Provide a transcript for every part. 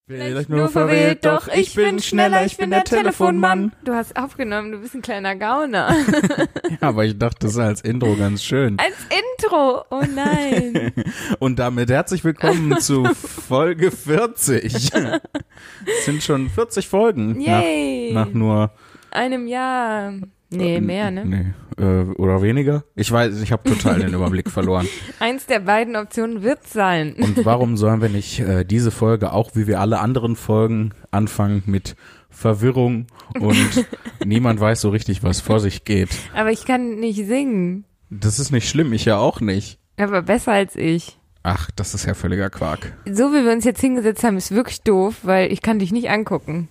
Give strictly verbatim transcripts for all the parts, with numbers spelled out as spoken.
Vielleicht nur verwählt, doch ich bin schneller, ich bin der Telefonmann. Du hast aufgenommen, du bist ein kleiner Gauner. Ja, aber ich dachte, das ist als Intro ganz schön. Als Intro, oh nein. Und damit herzlich willkommen zu Folge vierzig. Es sind schon vierzig Folgen Yay. nach, nach nur einem Jahr. Nee, mehr, ne? Nee, äh, oder weniger. Ich weiß, ich habe total den Überblick verloren. Eins der beiden Optionen wird sein. Und warum sollen wir nicht äh, diese Folge auch, wie wir alle anderen Folgen, anfangen mit Verwirrung und niemand weiß so richtig, was vor sich geht. Aber ich kann nicht singen. Das ist nicht schlimm, ich ja auch nicht. Aber besser als ich. Ach, das ist ja völliger Quark. So wie wir uns jetzt hingesetzt haben, ist wirklich doof, weil ich kann dich nicht angucken.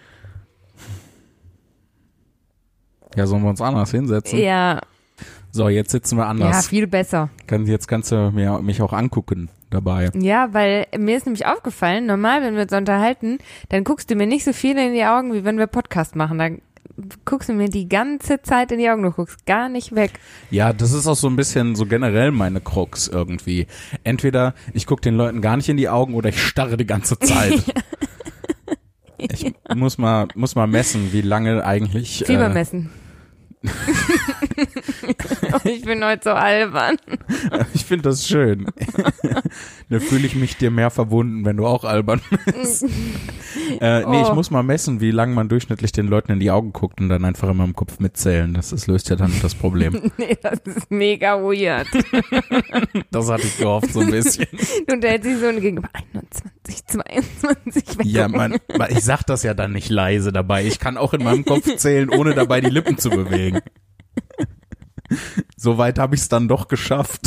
Ja, sollen wir uns anders hinsetzen? Ja. So, jetzt sitzen wir anders. Ja, viel besser. Kann, jetzt kannst du mir, mich auch angucken dabei. Ja, weil mir ist nämlich aufgefallen, normal, wenn wir uns unterhalten, dann guckst du mir nicht so viel in die Augen, wie wenn wir Podcast machen. Dann guckst du mir die ganze Zeit in die Augen, du guckst gar nicht weg. Ja, das ist auch so ein bisschen so generell meine Krux irgendwie. Entweder ich gucke den Leuten gar nicht in die Augen oder ich starre die ganze Zeit. Ich ja. muss mal muss mal messen, wie lange eigentlich. Fieber äh, messen. Ich bin heute so albern. Ich finde das schön. Da fühle ich mich dir mehr verbunden, wenn du auch albern bist. äh, nee, oh. ich muss mal messen, wie lange man durchschnittlich den Leuten in die Augen guckt und dann einfach immer im Kopf mitzählen. Das, das löst ja dann das Problem. Nee, das ist mega weird. Das hatte ich gehofft so ein bisschen. Und da hätte sie so gegenüber einundzwanzig, zweiundzwanzig weggucken. Ja, man, ich sag das ja dann nicht leise dabei. Ich kann auch in meinem Kopf zählen, ohne dabei die Lippen zu bewegen. Soweit habe ich es dann doch geschafft.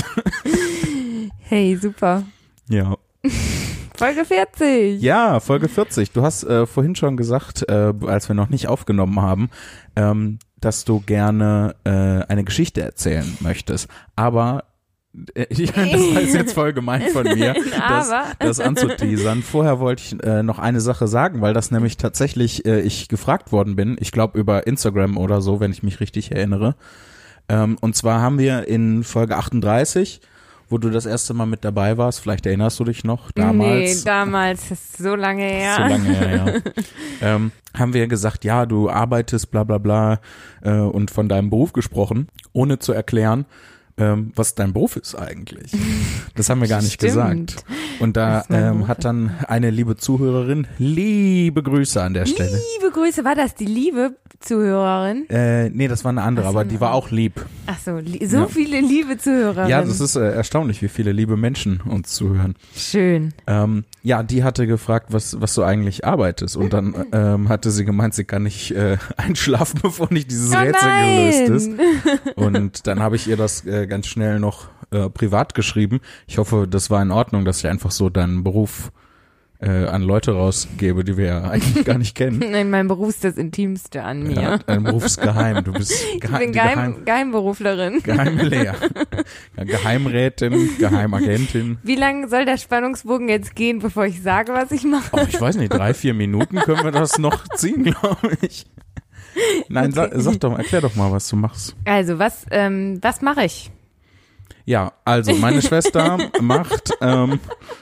Hey, super. Ja. Folge vierzig. Ja, Folge vierzig. Du hast äh, vorhin schon gesagt, äh, als wir noch nicht aufgenommen haben, ähm, dass du gerne äh, eine Geschichte erzählen möchtest. Aber äh, ich, das ist jetzt voll gemein von mir, das, das anzuteasern. Vorher wollte ich äh, noch eine Sache sagen, weil das nämlich tatsächlich äh, ich gefragt worden bin. Ich glaube über Instagram oder so, wenn ich mich richtig erinnere. Ähm, und zwar haben wir in Folge achtunddreißig, wo du das erste Mal mit dabei warst, vielleicht erinnerst du dich noch, damals. Nee, damals, das ist so lange her. So lange her, ja. ähm, haben wir gesagt, ja, du arbeitest, bla bla bla, äh, und von deinem Beruf gesprochen, ohne zu erklären, ähm, was dein Beruf ist eigentlich. Das haben wir gar nicht Stimmt. gesagt. Und da ähm, hat dann eine liebe Zuhörerin, liebe Grüße an der Stelle. Liebe Grüße, war das die liebe Zuhörerin? Äh, nee, das war eine andere, Ach so, aber die war auch lieb. Ach so, li- so Ja. viele liebe Zuhörerinnen. Ja, das ist äh, erstaunlich, wie viele liebe Menschen uns zuhören. Schön. Ähm, ja, die hatte gefragt, was was du eigentlich arbeitest, und dann ähm, hatte sie gemeint, sie kann nicht äh, einschlafen, bevor nicht dieses Oh Rätsel nein. gelöst ist. Und dann habe ich ihr das äh, ganz schnell noch äh, privat geschrieben. Ich hoffe, das war in Ordnung, dass ich einfach so deinen Beruf äh, an Leute rausgebe, die wir ja eigentlich gar nicht kennen. Nein, mein Beruf ist das Intimste an mir. Ja, dein Beruf ist geheim. Du bist geha- ich bin die Geheim, Geheim Geheimberuflerin. geheime Lea. Ja, Geheimrätin, Geheimagentin. Wie lange soll der Spannungsbogen jetzt gehen, bevor ich sage, was ich mache? Oh, ich weiß nicht, drei, vier Minuten können wir das noch ziehen, glaube ich. Nein, Okay. sag, sag doch, erklär doch mal, was du machst. Also, was, ähm, was mache ich? Ja, also meine Schwester macht, ähm,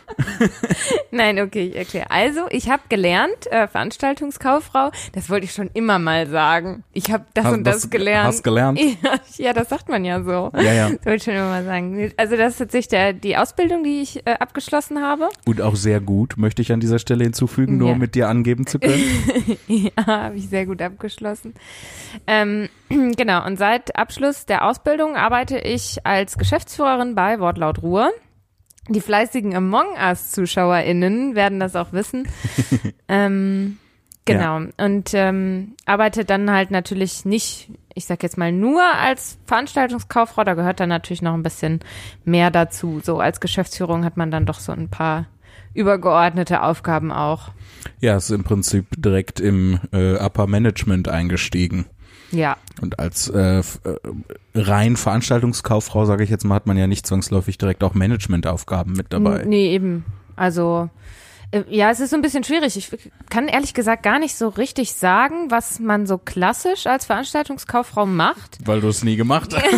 Nein, okay, ich erkläre. Also, ich habe gelernt, äh, Veranstaltungskauffrau, das wollte ich schon immer mal sagen. Ich habe das Hast- und das was- gelernt. hast gelernt? Ja, ja, das sagt man ja so. ja, ja. Das wollte ich schon immer mal sagen. Also, das ist tatsächlich der, die Ausbildung, die ich äh, abgeschlossen habe. Und auch sehr gut, möchte ich an dieser Stelle hinzufügen, nur Ja. um mit dir angeben zu können. Ja, habe ich sehr gut abgeschlossen. Ähm, genau, und seit Abschluss der Ausbildung arbeite ich als Geschäftsführerin bei Wortlaut Ruhr. Die fleißigen Among Us-ZuschauerInnen werden das auch wissen. ähm, genau, und ähm, arbeite dann halt natürlich nicht, ich sag jetzt mal nur als Veranstaltungskauffrau, da gehört dann natürlich noch ein bisschen mehr dazu. So als Geschäftsführung hat man dann doch so ein paar übergeordnete Aufgaben auch. Ja, ist im Prinzip direkt im äh, Upper Management eingestiegen. Ja. Und als äh, f- äh, rein Veranstaltungskauffrau, sage ich jetzt mal, hat man ja nicht zwangsläufig direkt auch Managementaufgaben mit dabei. Nee, eben. Also Ja, es ist so ein bisschen schwierig. Ich kann ehrlich gesagt gar nicht so richtig sagen, was man so klassisch als Veranstaltungskauffrau macht. Weil du es nie gemacht hast.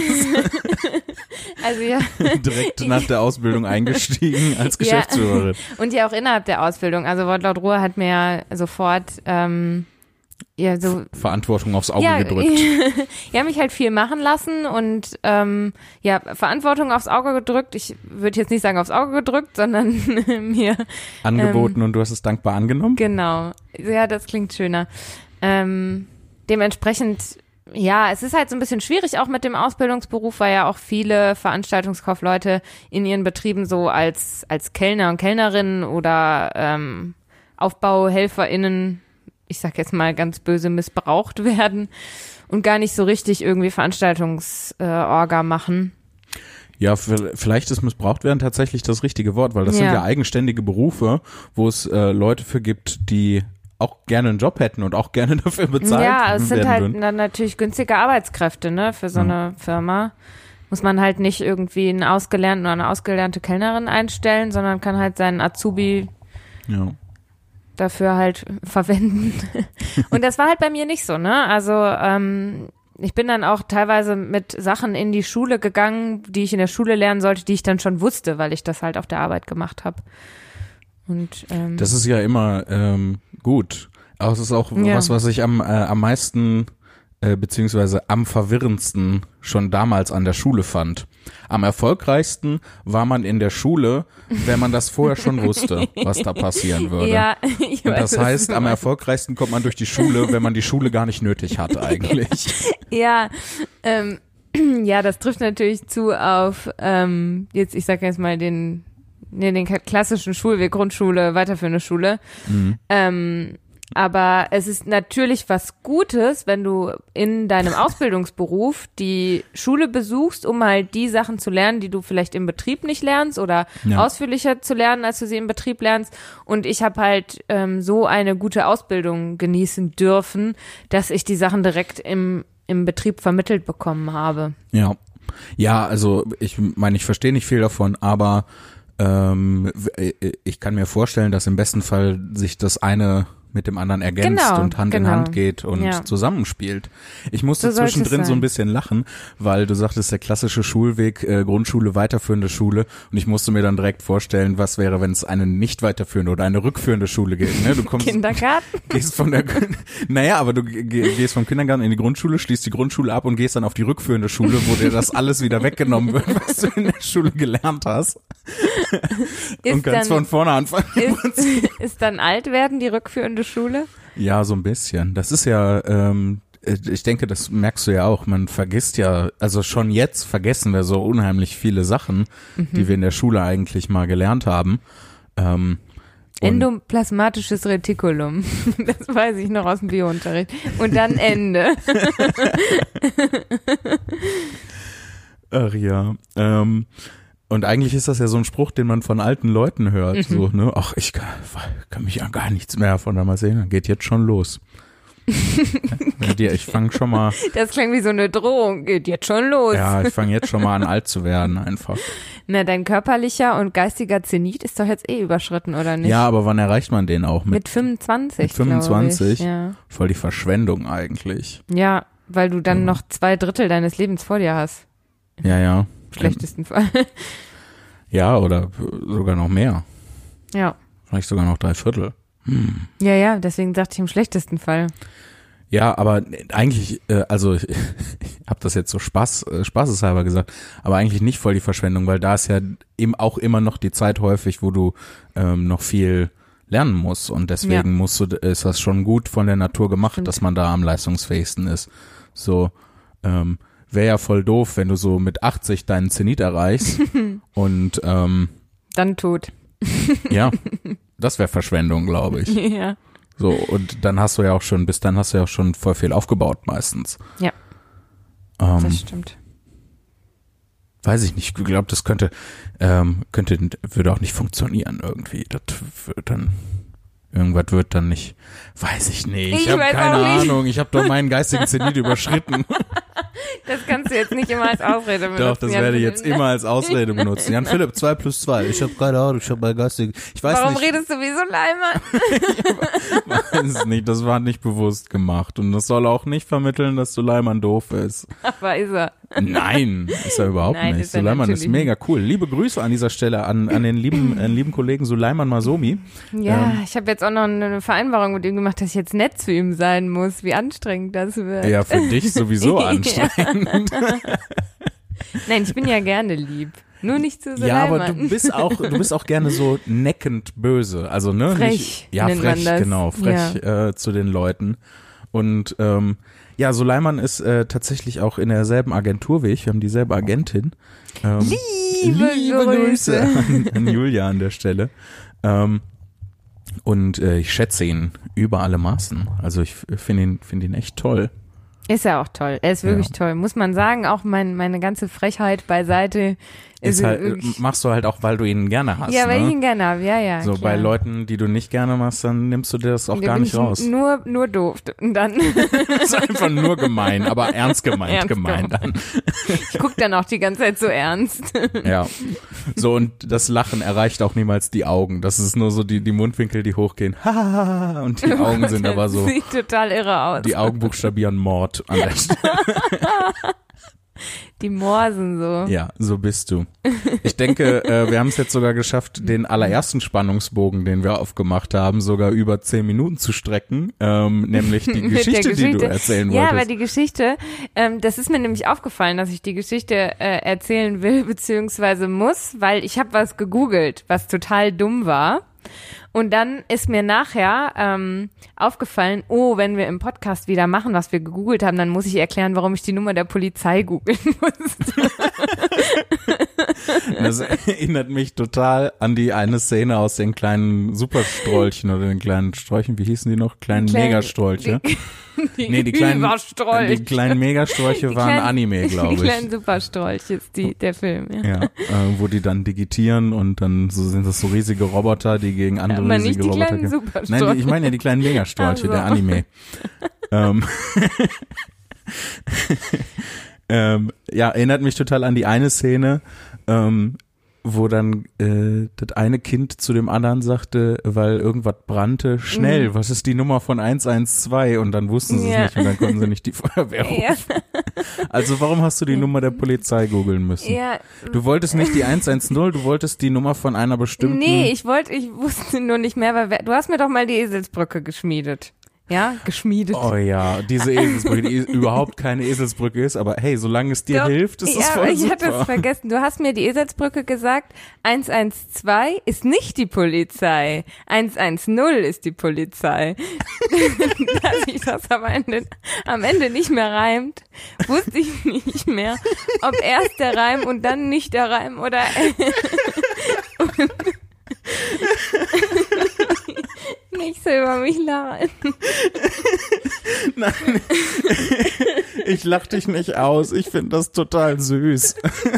Also ja. Direkt nach der Ausbildung eingestiegen als Geschäftsführerin. Ja. Und ja auch innerhalb der Ausbildung. Also Wortlaut Ruhr hat mir ja sofort ähm, ja, so Verantwortung aufs Auge ja, gedrückt. Ja, mich halt viel machen lassen und ähm, ja, Verantwortung aufs Auge gedrückt. Ich würde jetzt nicht sagen aufs Auge gedrückt, sondern mir angeboten ähm, und du hast es dankbar angenommen? Genau. Ja, das klingt schöner. Ähm, dementsprechend, ja, es ist halt so ein bisschen schwierig auch mit dem Ausbildungsberuf, weil ja auch viele Veranstaltungskaufleute in ihren Betrieben so als als Kellner und Kellnerinnen oder ähm, AufbauhelferInnen, ich sag jetzt mal ganz böse, missbraucht werden und gar nicht so richtig irgendwie Veranstaltungsorga äh, machen. Ja, vielleicht ist missbraucht werden tatsächlich das richtige Wort, weil das Ja. sind ja eigenständige Berufe, wo es äh, Leute für gibt, die auch gerne einen Job hätten und auch gerne dafür bezahlt werden Ja, es sind werden halt würden. dann natürlich günstige Arbeitskräfte, ne, für so Ja. eine Firma. Muss man halt nicht irgendwie einen ausgelernten oder eine ausgelernte Kellnerin einstellen, sondern kann halt seinen Azubi Ja. dafür halt verwenden. Und das war halt bei mir nicht so, ne? Also ähm, ich bin dann auch teilweise mit Sachen in die Schule gegangen, die ich in der Schule lernen sollte, die ich dann schon wusste, weil ich das halt auf der Arbeit gemacht habe. Und ähm, Das ist ja immer ähm, gut. Aber es ist auch Ja. was, was ich am, äh, am meisten äh, beziehungsweise am verwirrendsten schon damals an der Schule fand. Am erfolgreichsten war man in der Schule, wenn man das vorher schon wusste, was da passieren würde. ja, ich Und weiß, das was heißt, du am meinst. erfolgreichsten kommt man durch die Schule, wenn man die Schule gar nicht nötig hat eigentlich. Ja, ähm, ja, das trifft natürlich zu auf ähm, jetzt, ich sag jetzt mal den, nee, den klassischen Schulweg, Grundschule, weiterführende Schule. Mhm. Ähm, aber es ist natürlich was Gutes, wenn du in deinem Ausbildungsberuf die Schule besuchst, um halt die Sachen zu lernen, die du vielleicht im Betrieb nicht lernst oder Ja. ausführlicher zu lernen, als du sie im Betrieb lernst. Und ich habe halt ähm, so eine gute Ausbildung genießen dürfen, dass ich die Sachen direkt im, im Betrieb vermittelt bekommen habe. Ja. Ja, also ich meine, ich verstehe nicht viel davon, aber ähm, ich kann mir vorstellen, dass im besten Fall sich das eine mit dem anderen ergänzt Genau, und Hand genau. in Hand geht und Ja. zusammenspielt. Ich musste So sollte es zwischendrin so sein. ein bisschen lachen, weil du sagtest, der klassische Schulweg, äh, Grundschule, weiterführende Schule, und ich musste mir dann direkt vorstellen, was wäre, wenn es eine nicht weiterführende oder eine rückführende Schule gibt. Ne? Du kommst, Kindergarten? gehst von der, naja, aber du ge- gehst vom Kindergarten in die Grundschule, schließt die Grundschule ab und gehst dann auf die rückführende Schule, wo dir das alles wieder weggenommen wird, was du in der Schule gelernt hast. Ist und kannst dann- von vorne anfangen. Ist, ist dann alt werden die rückführende Schule? Ja, so ein bisschen. Das ist ja, ähm, ich denke, das merkst du ja auch. Man vergisst ja, also schon jetzt vergessen wir so unheimlich viele Sachen, Mhm. die wir in der Schule eigentlich mal gelernt haben. Ähm, und- Endoplasmatisches Retikulum. Das weiß ich noch aus dem Biounterricht. Und dann Ende. Ach ja. Ähm, und eigentlich ist das ja so ein Spruch, den man von alten Leuten hört. Mhm. So, ne? Ach, ich kann, kann mich an gar nichts mehr von damals erinnern. Geht jetzt schon los. Ja, dir, ich fange schon mal, Das klingt wie so eine Drohung. Geht jetzt schon los. ja, ich fange jetzt schon mal an, alt zu werden einfach. Na, dein körperlicher und geistiger Zenit ist doch jetzt eh überschritten, oder nicht? Ja, aber wann erreicht man den auch? Mit, Mit fünfundzwanzig, mit fünfundzwanzig? glaube ich. Ja. voll die Verschwendung eigentlich. ja, weil du dann Ja. noch zwei Drittel deines Lebens vor dir hast. Ja, ja. Im schlechtesten Fall. Ja, oder sogar noch mehr. Ja. Vielleicht sogar noch drei Viertel. Hm. Ja, ja, deswegen sagte ich im schlechtesten Fall. Ja, aber eigentlich, äh, also ich, ich habe das jetzt so Spaß, äh, spaßeshalber gesagt, aber eigentlich nicht voll die Verschwendung, weil da ist ja eben auch immer noch die Zeit häufig, wo du ähm, noch viel lernen musst und deswegen Ja. musst du, ist das schon gut von der Natur gemacht, Stimmt. dass man da am leistungsfähigsten ist. So, ähm, wäre ja voll doof, wenn du so mit achtzig deinen Zenit erreichst und ähm, Dann tot. ja, das wäre Verschwendung, glaube ich. Ja. So, und dann hast du ja auch schon, bis dann hast du ja auch schon voll viel aufgebaut meistens. Ja. Ähm, Das stimmt. weiß ich nicht, ich glaube, das könnte, ähm, könnte, würde auch nicht funktionieren irgendwie. Das wird dann, irgendwas wird dann nicht, weiß ich nicht. Ich, Ich habe weiß keine auch nicht. Ahnung, ich habe doch meinen geistigen Zenit überschritten. Das kannst du jetzt nicht immer als Ausrede benutzen. Doch, das Jan werde ich Philipp. jetzt immer als Ausrede benutzen. Jan Philipp, zwei plus zwei. Ich habe keine Ahnung, ich habe mal Gastig. Ich weiß Warum nicht. redest du wie so Leimer? Weiß es nicht, das war nicht bewusst gemacht. Und das soll auch nicht vermitteln, dass Suleiman doof ist. Aber ist er. Nein, ist er überhaupt Nein, nicht. ist er Suleiman ist natürlich mega cool. Liebe Grüße an dieser Stelle an, an den lieben, äh, lieben Kollegen Suleiman Masomi. Ja, Ähm, ich habe jetzt auch noch eine Vereinbarung mit ihm gemacht, dass ich jetzt nett zu ihm sein muss. Wie anstrengend das wird. Ja, für dich sowieso anstrengend. Nein, ich bin ja gerne lieb. Nur nicht zu so Ja, aber Leimann. du bist auch, du bist auch gerne so neckend böse. Also, ne? Frech Nicht, ja, nennt frech, man das. genau. Frech äh, zu den Leuten. Und ähm, ja, Suleiman ist äh, tatsächlich auch in derselben Agentur wie ich. Wir haben dieselbe Agentin. Ähm, Liebe Grüße. an, an Julia an der Stelle. Ähm, und äh, ich schätze ihn über alle Maßen. Also ich finde ihn, finde ihn echt toll. Ist ja auch toll. Er ist wirklich Ja. toll. Muss man sagen, auch mein, meine ganze Frechheit beiseite. Ist er halt, wirklich- machst du halt auch, weil du ihn gerne hast. ja, weil ne? ich ihn gerne habe. Ja, ja. So, klar. bei Leuten, die du nicht gerne machst, dann nimmst du dir das auch Da gar bin nicht ich raus. Nur, nur doof. Und dann, Das ist einfach nur gemein, aber ernst gemeint Ernst gemeint dann. ich guck dann auch die ganze Zeit so ernst. Ja. So, und das Lachen erreicht auch niemals die Augen. Das ist nur so die, die Mundwinkel, die hochgehen. Ha, und die Augen sind aber so, Sieht total irre aus. die Augen buchstabieren Mord an der Stelle. Die Morsen so. Ja, so bist du. Ich denke, äh, wir haben es jetzt sogar geschafft, den allerersten Spannungsbogen, den wir aufgemacht haben, sogar über zehn Minuten zu strecken, ähm, nämlich die Mit der Geschichte, die du erzählen Ja, wolltest. aber die Geschichte, ähm, das ist mir nämlich aufgefallen, dass ich die Geschichte äh, erzählen will beziehungsweise muss, weil ich habe was gegoogelt, was total dumm war. Und dann ist mir nachher ähm, aufgefallen, oh, wenn wir im Podcast wieder machen, was wir gegoogelt haben, dann muss ich erklären, warum ich die Nummer der Polizei googeln musste. Das erinnert mich total an die eine Szene aus den kleinen Superstrolchen oder den kleinen Sträuchen, wie hießen die noch? Kleinen Kleine- Megastrolche. Die, die Nee, die kleinen, Überstrolch. die kleinen Megastrolche Die waren kleinen- Anime, glaube ich. Die kleinen Superstrolch ist die, der Film, ja. Ja, äh, wo die dann digitieren und dann so sind das so riesige Roboter, die gegen andere Aber riesige nicht die Roboter kleinen kämpfen. Superstrolche. Nein, die, ich meine ja die kleinen Megastrolche, Ach so. der Anime. ähm, ähm, ja, erinnert mich total an die eine Szene, ähm, wo dann äh, das eine Kind zu dem anderen sagte, weil irgendwas brannte, schnell, Mhm. was ist die Nummer von eins eins zwei? Und dann wussten sie Ja. es nicht und dann konnten sie nicht die Feuerwehr rufen. Ja. Also warum hast du die Nummer der Polizei googeln müssen? Ja, Du wolltest nicht die eins eins null, du wolltest die Nummer von einer bestimmten... nee, ich wollte, ich wusste nur nicht mehr, weil wer- du hast mir doch mal die Eselsbrücke geschmiedet. Ja, geschmiedet. Oh ja, diese Eselsbrücke, die überhaupt keine Eselsbrücke ist, aber hey, solange es dir Doch, hilft, ist es ja, voll ich super. hatte es vergessen. Du hast mir die Eselsbrücke gesagt, eins eins zwei ist nicht die Polizei, eins eins null ist die Polizei. Dass sich das am Ende, am Ende nicht mehr reimt, wusste ich nicht mehr, ob erst der Reim und dann nicht der Reim oder... Nicht so über mich lachen. Nein, ich lach dich nicht aus, ich finde das total süß.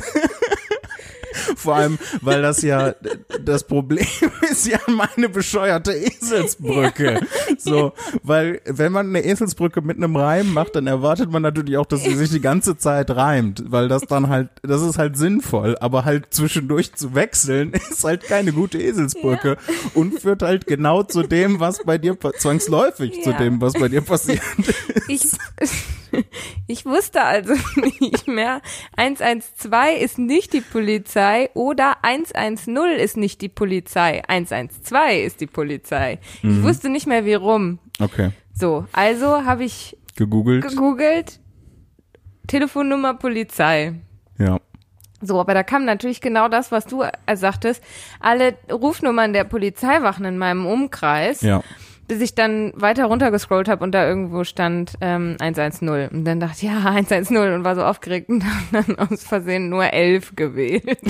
Vor allem, weil das ja, das Problem ist ja meine bescheuerte Eselsbrücke. So, weil wenn man eine Eselsbrücke mit einem Reim macht, dann erwartet man natürlich auch, dass sie sich die ganze Zeit reimt, weil das dann halt, das ist halt sinnvoll, aber halt zwischendurch zu wechseln ist halt keine gute Eselsbrücke und führt halt genau zu dem, was bei dir, zwangsläufig zu Ja. dem, was bei dir passiert. Ich, ich wusste also nicht mehr, eins eins zwei ist nicht die Polizei oder eins eins null ist nicht die Polizei, eins eins zwei ist die Polizei. Ich Mhm. wusste nicht mehr, wie rum. Okay. So, also habe ich Gegoogelt? gegoogelt, Telefonnummer Polizei. Ja. So, aber da kam natürlich genau das, was du äh, sagtest, alle Rufnummern der Polizeiwachen in meinem Umkreis. Ja. Bis ich dann weiter runtergescrollt habe und da irgendwo stand ähm, eins eins null. Und dann dachte ich, ja, eins eins null und war so aufgeregt und habe dann aus Versehen nur elf gewählt.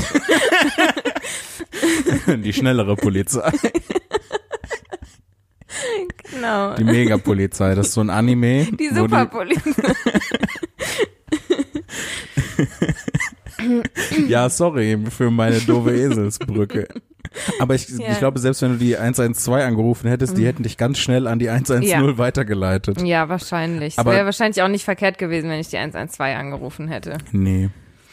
Die schnellere Polizei. Genau. Die Megapolizei, das ist so ein Anime. Die wo Superpolizei. Ja, sorry für meine doofe Eselsbrücke. Aber ich, Ja. ich glaube, selbst wenn du die eins eins zwei angerufen hättest, die hätten dich ganz schnell an die eins eins null Ja. weitergeleitet. Ja, wahrscheinlich. Es Aber- wäre wahrscheinlich auch nicht verkehrt gewesen, wenn ich die eins eins zwei angerufen hätte. Nee.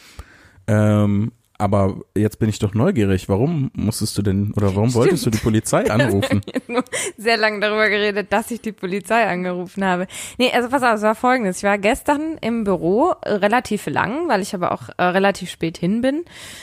Ähm, aber jetzt bin ich doch neugierig. Warum musstest du denn, oder warum Stimmt. wolltest du die Polizei anrufen? Nur sehr lange darüber geredet, dass ich die Polizei angerufen habe. Nee, also pass auf, es war folgendes. Ich war gestern im Büro äh, relativ lang, weil ich aber auch äh, relativ spät hin bin.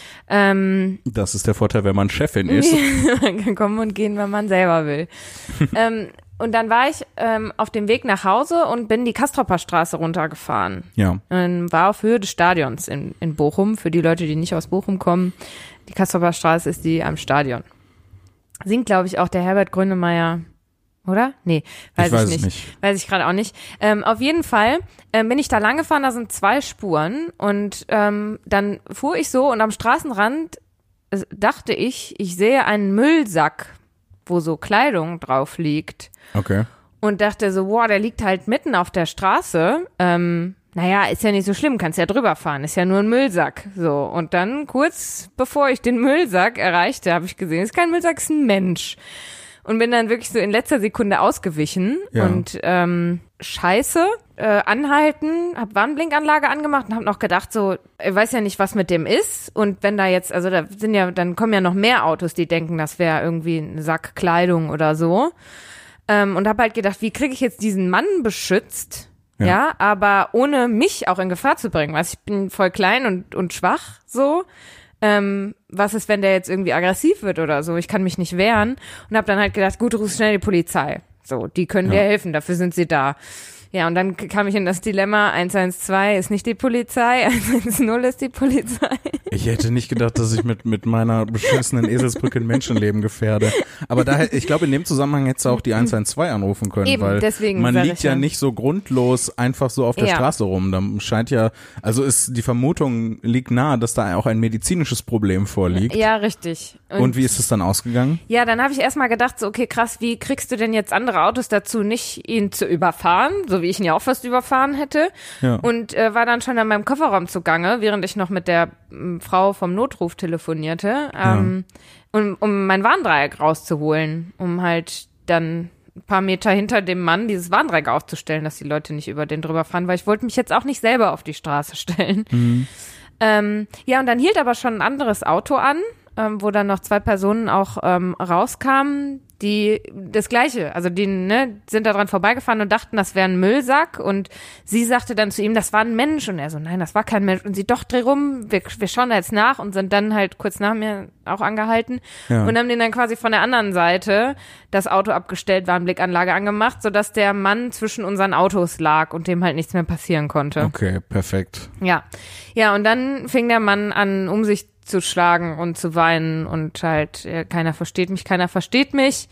Ähm, Das ist der Vorteil, wenn man Chefin ist. man kann kommen und gehen, wenn man selber will. ähm, und dann war ich ähm, auf dem Weg nach Hause und bin die Kastropper Straße runtergefahren. Ja. Und war auf Höhe des Stadions in, in Bochum. Für die Leute, die nicht aus Bochum kommen, die Kastropper Straße ist die am Stadion. Singt, glaube ich, auch der Herbert Grönemeyer, oder? Nee, weiß ich, Ich weiß nicht. es nicht. Weiß ich gerade auch nicht. Ähm, auf jeden Fall ähm, bin ich da lang gefahren, da sind zwei Spuren und ähm, dann fuhr ich so und am Straßenrand äh, dachte ich, ich sehe einen Müllsack, wo so Kleidung drauf liegt. Okay. Und dachte so, boah, der liegt halt mitten auf der Straße. Ähm, naja, ist ja nicht so schlimm, kannst ja drüber fahren, ist ja nur ein Müllsack. So, und dann kurz bevor ich den Müllsack erreichte, habe ich gesehen, ist kein Müllsack, ist ein Mensch. Und bin dann wirklich so in letzter Sekunde ausgewichen Ja. und ähm, scheiße, äh, anhalten, hab Warnblinkanlage angemacht und hab noch gedacht so, ich weiß ja nicht, was mit dem ist. Und wenn da jetzt, also da sind ja, dann kommen ja noch mehr Autos, die denken, das wäre irgendwie ein Sack Kleidung oder so. Ähm, und hab halt gedacht, wie kriege ich jetzt diesen Mann beschützt? Ja. Ja. aber ohne mich auch in Gefahr zu bringen. Weißt, ich bin voll klein und, und schwach so. Ähm, was ist, wenn der jetzt irgendwie aggressiv wird oder so? Ich kann mich nicht wehren. Und habe dann halt gedacht, gut, ruf schnell die Polizei. So, die können Ja. dir helfen, dafür sind sie da. Ja, und dann kam ich in das Dilemma, eins eins zwei ist nicht die Polizei, eins eins null ist die Polizei. Ich hätte nicht gedacht, dass ich mit, mit meiner beschissenen Eselsbrücke ein Menschenleben gefährde. Aber daher, ich glaube, in dem Zusammenhang hättest du auch die eins eins zwei anrufen können, Eben, weil deswegen man sag liegt ich ja ja. nicht so grundlos einfach so auf der Ja. Straße rum. Da scheint ja, also ist die Vermutung liegt nahe, dass da auch ein medizinisches Problem vorliegt. Ja, richtig. Und wie ist es dann ausgegangen? Ja, dann habe ich erstmal gedacht, so, okay, krass, wie kriegst du denn jetzt andere Autos dazu, nicht ihn zu überfahren, so wie ich ihn ja auch fast überfahren hätte. Ja. Und äh, war dann schon an meinem Kofferraum zugange, während ich noch mit der m, Frau vom Notruf telefonierte, ähm, um, um mein Warndreieck rauszuholen, um halt dann ein paar Meter hinter dem Mann dieses Warndreieck aufzustellen, dass die Leute nicht über den drüber fahren, weil ich wollte mich jetzt auch nicht selber auf die Straße stellen. Mhm. Ähm, ja, und dann hielt aber schon ein anderes Auto an, ähm, wo dann noch zwei Personen auch ähm, rauskamen, die das Gleiche, also die ne, sind da dran vorbeigefahren und dachten, das wäre ein Müllsack und sie sagte dann zu ihm, das war ein Mensch und er so, nein, das war kein Mensch und sie, doch, dreh rum, wir, wir schauen da jetzt nach und sind dann halt kurz nach mir auch angehalten Ja. und haben den dann quasi von der anderen Seite das Auto abgestellt, Warnblickanlage angemacht, sodass der Mann zwischen unseren Autos lag und dem halt nichts mehr passieren konnte. Okay, perfekt. Ja, ja, und dann fing der Mann an, um sich zu schlagen und zu weinen und halt, äh, keiner versteht mich, keiner versteht mich.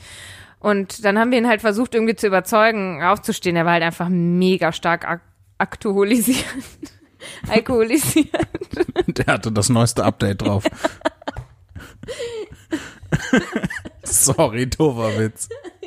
Und dann haben wir ihn halt versucht, irgendwie zu überzeugen, aufzustehen. Er war halt einfach mega stark ak- aktualisiert. Alkoholisiert. Der hatte das neueste Update drauf. Sorry, doofer Witz.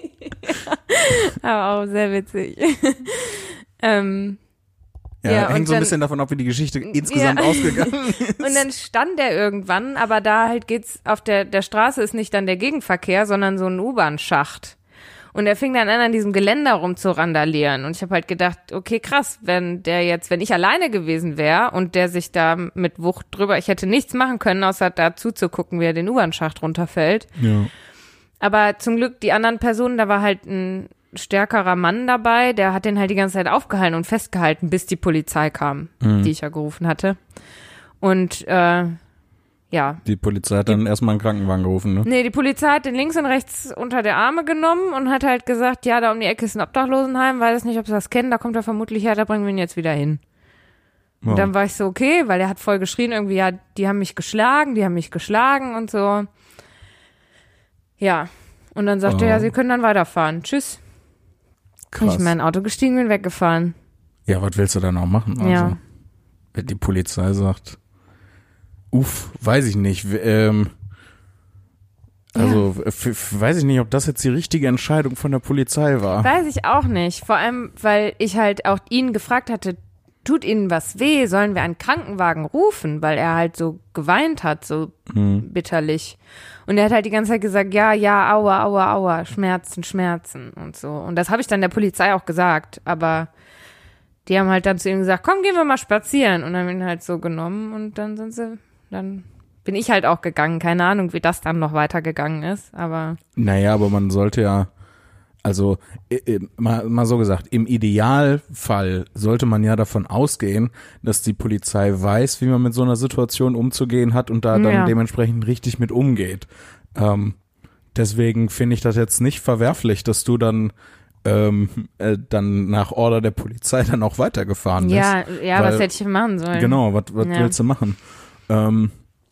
Aber auch sehr witzig. ähm, Ja, Ja, hängt und so ein dann- bisschen davon ab, wie die Geschichte insgesamt Ja. ausgegangen ist. Und dann stand er irgendwann, aber da halt geht's auf der, der Straße ist nicht dann der Gegenverkehr, sondern so ein U-Bahn-Schacht. Und er fing dann an, an diesem Geländer rum zu randalieren. Und ich habe halt gedacht, okay, krass, wenn der jetzt, wenn ich alleine gewesen wäre und der sich da mit Wucht drüber, ich hätte nichts machen können, außer da zuzugucken, wie er den U-Bahn-Schacht runterfällt. Ja. Aber zum Glück, die anderen Personen, da war halt ein stärkerer Mann dabei, der hat den halt die ganze Zeit aufgehalten und festgehalten, bis die Polizei kam, Mhm. die ich ja gerufen hatte. Und äh, ja, Die Polizei hat dann erstmal einen Krankenwagen gerufen, ne? nee, die Polizei hat den links und rechts unter der Arme genommen und hat halt gesagt, ja, da um die Ecke ist ein Obdachlosenheim, weiß nicht, ob sie das kennen, da kommt er vermutlich her, da bringen wir ihn jetzt wieder hin. Ja. Und dann war ich so, okay, weil er hat voll geschrien, irgendwie, ja, die haben mich geschlagen, die haben mich geschlagen und so. Ja, und dann sagte Oh. er, ja, sie können dann weiterfahren. Tschüss. Bin ich Krass. in mein Auto gestiegen, bin weggefahren. Ja, was willst du dann auch machen? Also, Ja. wenn die Polizei sagt, uff, weiß ich nicht. w- Ähm, also, f- f- weiß ich nicht, ob das jetzt die richtige Entscheidung von der Polizei war. Weiß ich auch nicht. Vor allem, weil ich halt auch ihn gefragt hatte, tut Ihnen was weh, sollen wir einen Krankenwagen rufen, weil er halt so geweint hat, so mhm. bitterlich. Und er hat halt die ganze Zeit gesagt, ja, ja, aua, aua, aua, Schmerzen, Schmerzen und so. Und das habe ich dann der Polizei auch gesagt, aber die haben halt dann zu ihm gesagt, komm, gehen wir mal spazieren. Und dann haben ihn halt so genommen und dann sind sie, dann bin ich halt auch gegangen. Keine Ahnung, wie das dann noch weitergegangen ist, aber. Naja, aber man sollte ja, also äh, mal, mal so gesagt, im Idealfall sollte man ja davon ausgehen, dass die Polizei weiß, wie man mit so einer Situation umzugehen hat und da dann ja. dementsprechend richtig mit umgeht. Ähm, deswegen finde ich das jetzt nicht verwerflich, dass du dann ähm, äh, dann nach Order der Polizei dann auch weitergefahren bist. Ja, ja, weil, was hätte ich machen sollen? Genau, was, was ja. willst du machen? Ähm,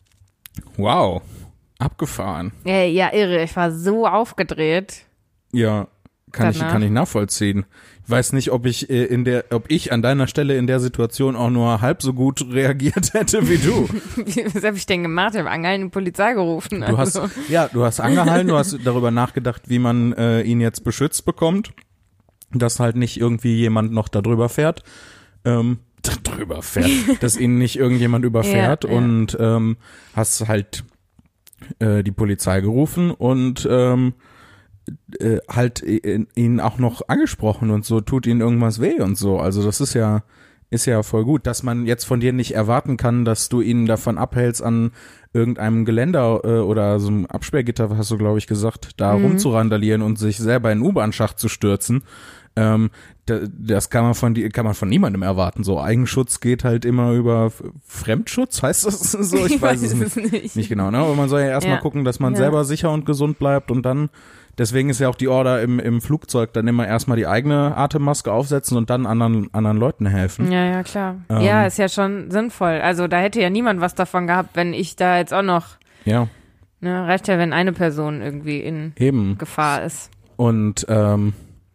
wow, abgefahren. Ja, ja, irre, ich war so aufgedreht. Ja, kann ich, kann ich nachvollziehen. Ich weiß nicht, ob ich äh, in der, ob ich an deiner Stelle in der Situation auch nur halb so gut reagiert hätte wie du. Was habe ich denn gemacht? Ich habe angehalten und die Polizei gerufen. Du also. hast, ja, du hast angehalten, du hast darüber nachgedacht, wie man äh, ihn jetzt beschützt bekommt, dass halt nicht irgendwie jemand noch da drüber fährt, ähm, drüber fährt, dass ihn nicht irgendjemand überfährt ja, ja. und ähm, hast halt äh, die Polizei gerufen und ähm, Äh, halt äh, ihn auch noch angesprochen und so, tut ihnen irgendwas weh und so. Also das ist ja ist ja voll gut, dass man jetzt von dir nicht erwarten kann, dass du ihn davon abhältst, an irgendeinem Geländer äh, oder so einem Absperrgitter, hast du glaube ich gesagt, da mhm. rumzurandalieren und sich selber in den U-Bahn-Schacht zu stürzen. Ähm, da, das kann man von die, kann man von niemandem erwarten. So Eigenschutz geht halt immer über Fremdschutz, heißt das so? Ich, ich weiß, weiß es nicht. nicht. Nicht genau, ne? Aber man soll ja erstmal ja. gucken, dass man ja. selber sicher und gesund bleibt und dann, deswegen ist ja auch die Order im, im Flugzeug, dann immer erstmal die eigene Atemmaske aufsetzen und dann anderen, anderen Leuten helfen. Ja, ja, klar. Ähm, ja, ist ja schon sinnvoll. Also da hätte ja niemand was davon gehabt, wenn ich da jetzt auch noch, ja. ne, reicht ja, wenn eine Person irgendwie in Eben. Gefahr ist. Und, ähm,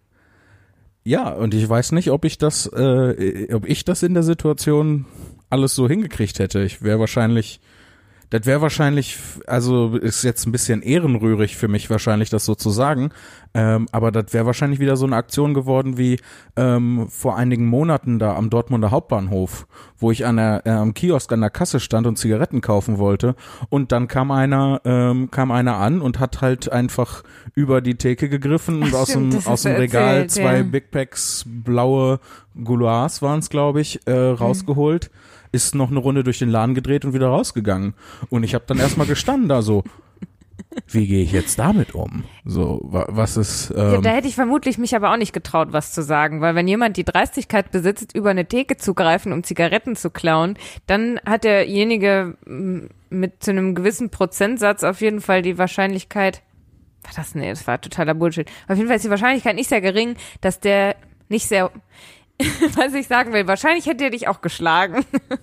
ja, und ich weiß nicht, ob ich das, äh, ob ich das in der Situation alles so hingekriegt hätte. Ich wäre wahrscheinlich, das wäre wahrscheinlich, also ist jetzt ein bisschen ehrenrührig für mich wahrscheinlich, das so zu sagen, ähm, aber das wäre wahrscheinlich wieder so eine Aktion geworden wie ähm, vor einigen Monaten da am Dortmunder Hauptbahnhof, wo ich an der, äh, am Kiosk an der Kasse stand und Zigaretten kaufen wollte und dann kam einer, ähm, kam einer an und hat halt einfach über die Theke gegriffen und Ach, aus stimmt, dem, aus dem Regal erzählt, zwei ja. Big Packs blaue Gouloirs waren es, glaube ich, äh, rausgeholt. Mhm. Ist noch eine Runde durch den Laden gedreht und wieder rausgegangen. Und ich habe dann erstmal gestanden da so, wie gehe ich jetzt damit um? So, was ist... Ähm ja, da hätte ich vermutlich mich aber auch nicht getraut, was zu sagen, weil wenn jemand die Dreistigkeit besitzt, über eine Theke zu greifen, um Zigaretten zu klauen, dann hat derjenige mit zu einem gewissen Prozentsatz auf jeden Fall die Wahrscheinlichkeit, war das, nee, das war totaler Bullshit. Auf jeden Fall ist die Wahrscheinlichkeit nicht sehr gering, dass der nicht sehr... Was ich sagen will, wahrscheinlich hätte er dich auch geschlagen.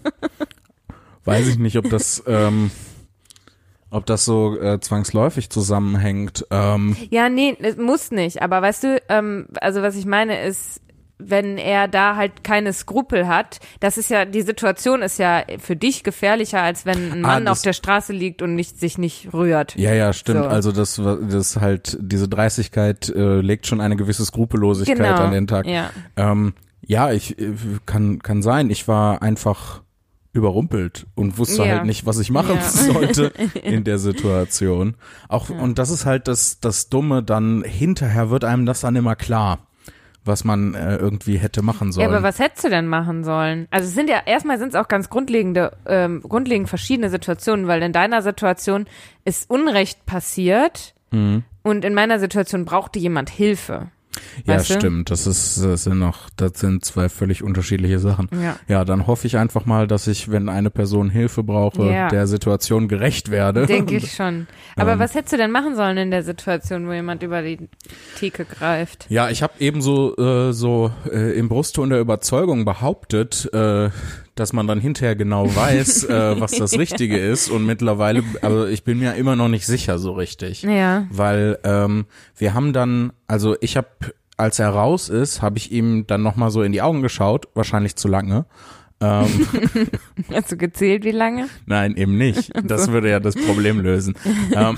Weiß ich nicht, ob das, ähm, ob das so äh, zwangsläufig zusammenhängt. Ähm. Ja, nee, es muss nicht. Aber weißt du, ähm, also was ich meine ist, wenn er da halt keine Skrupel hat, das ist ja, die Situation ist ja für dich gefährlicher, als wenn ein Mann ah, auf der Straße liegt und nicht, sich nicht rührt. Ja, ja, stimmt. So. Also das, das halt, diese Dreistigkeit äh, legt schon eine gewisse Skrupellosigkeit genau. an den Tag. Ja. Ähm, Ja, ich kann kann sein. Ich war einfach überrumpelt und wusste ja. halt nicht, was ich machen ja. sollte in der Situation. Auch ja. und das ist halt das das Dumme. Dann hinterher wird einem das dann immer klar, was man äh, irgendwie hätte machen sollen. Ja, aber was hättest du denn machen sollen? Also es sind ja erstmal sind es auch ganz grundlegende ähm, grundlegend verschiedene Situationen, weil in deiner Situation ist Unrecht passiert mhm. und in meiner Situation brauchte jemand Hilfe. Ja, weißt du? Stimmt. Das ist, das sind noch, das sind zwei völlig unterschiedliche Sachen. Ja. ja, dann hoffe ich einfach mal, dass ich, wenn eine Person Hilfe brauche, ja. der Situation gerecht werde. Denke ich schon. Aber ähm, was hättest du denn machen sollen in der Situation, wo jemand über die Theke greift? Ja, ich habe eben so, äh, so äh, im Brustton der Überzeugung behauptet, äh, dass man dann hinterher genau weiß, äh, was das Richtige ist und mittlerweile, aber ich bin mir immer noch nicht sicher so richtig. Ja. Weil ähm, wir haben dann, also ich habe, als er raus ist, habe ich ihm dann nochmal so in die Augen geschaut, wahrscheinlich zu lange. Ähm, Hast du gezählt, wie lange? Nein, eben nicht. Das würde ja das Problem lösen. ähm,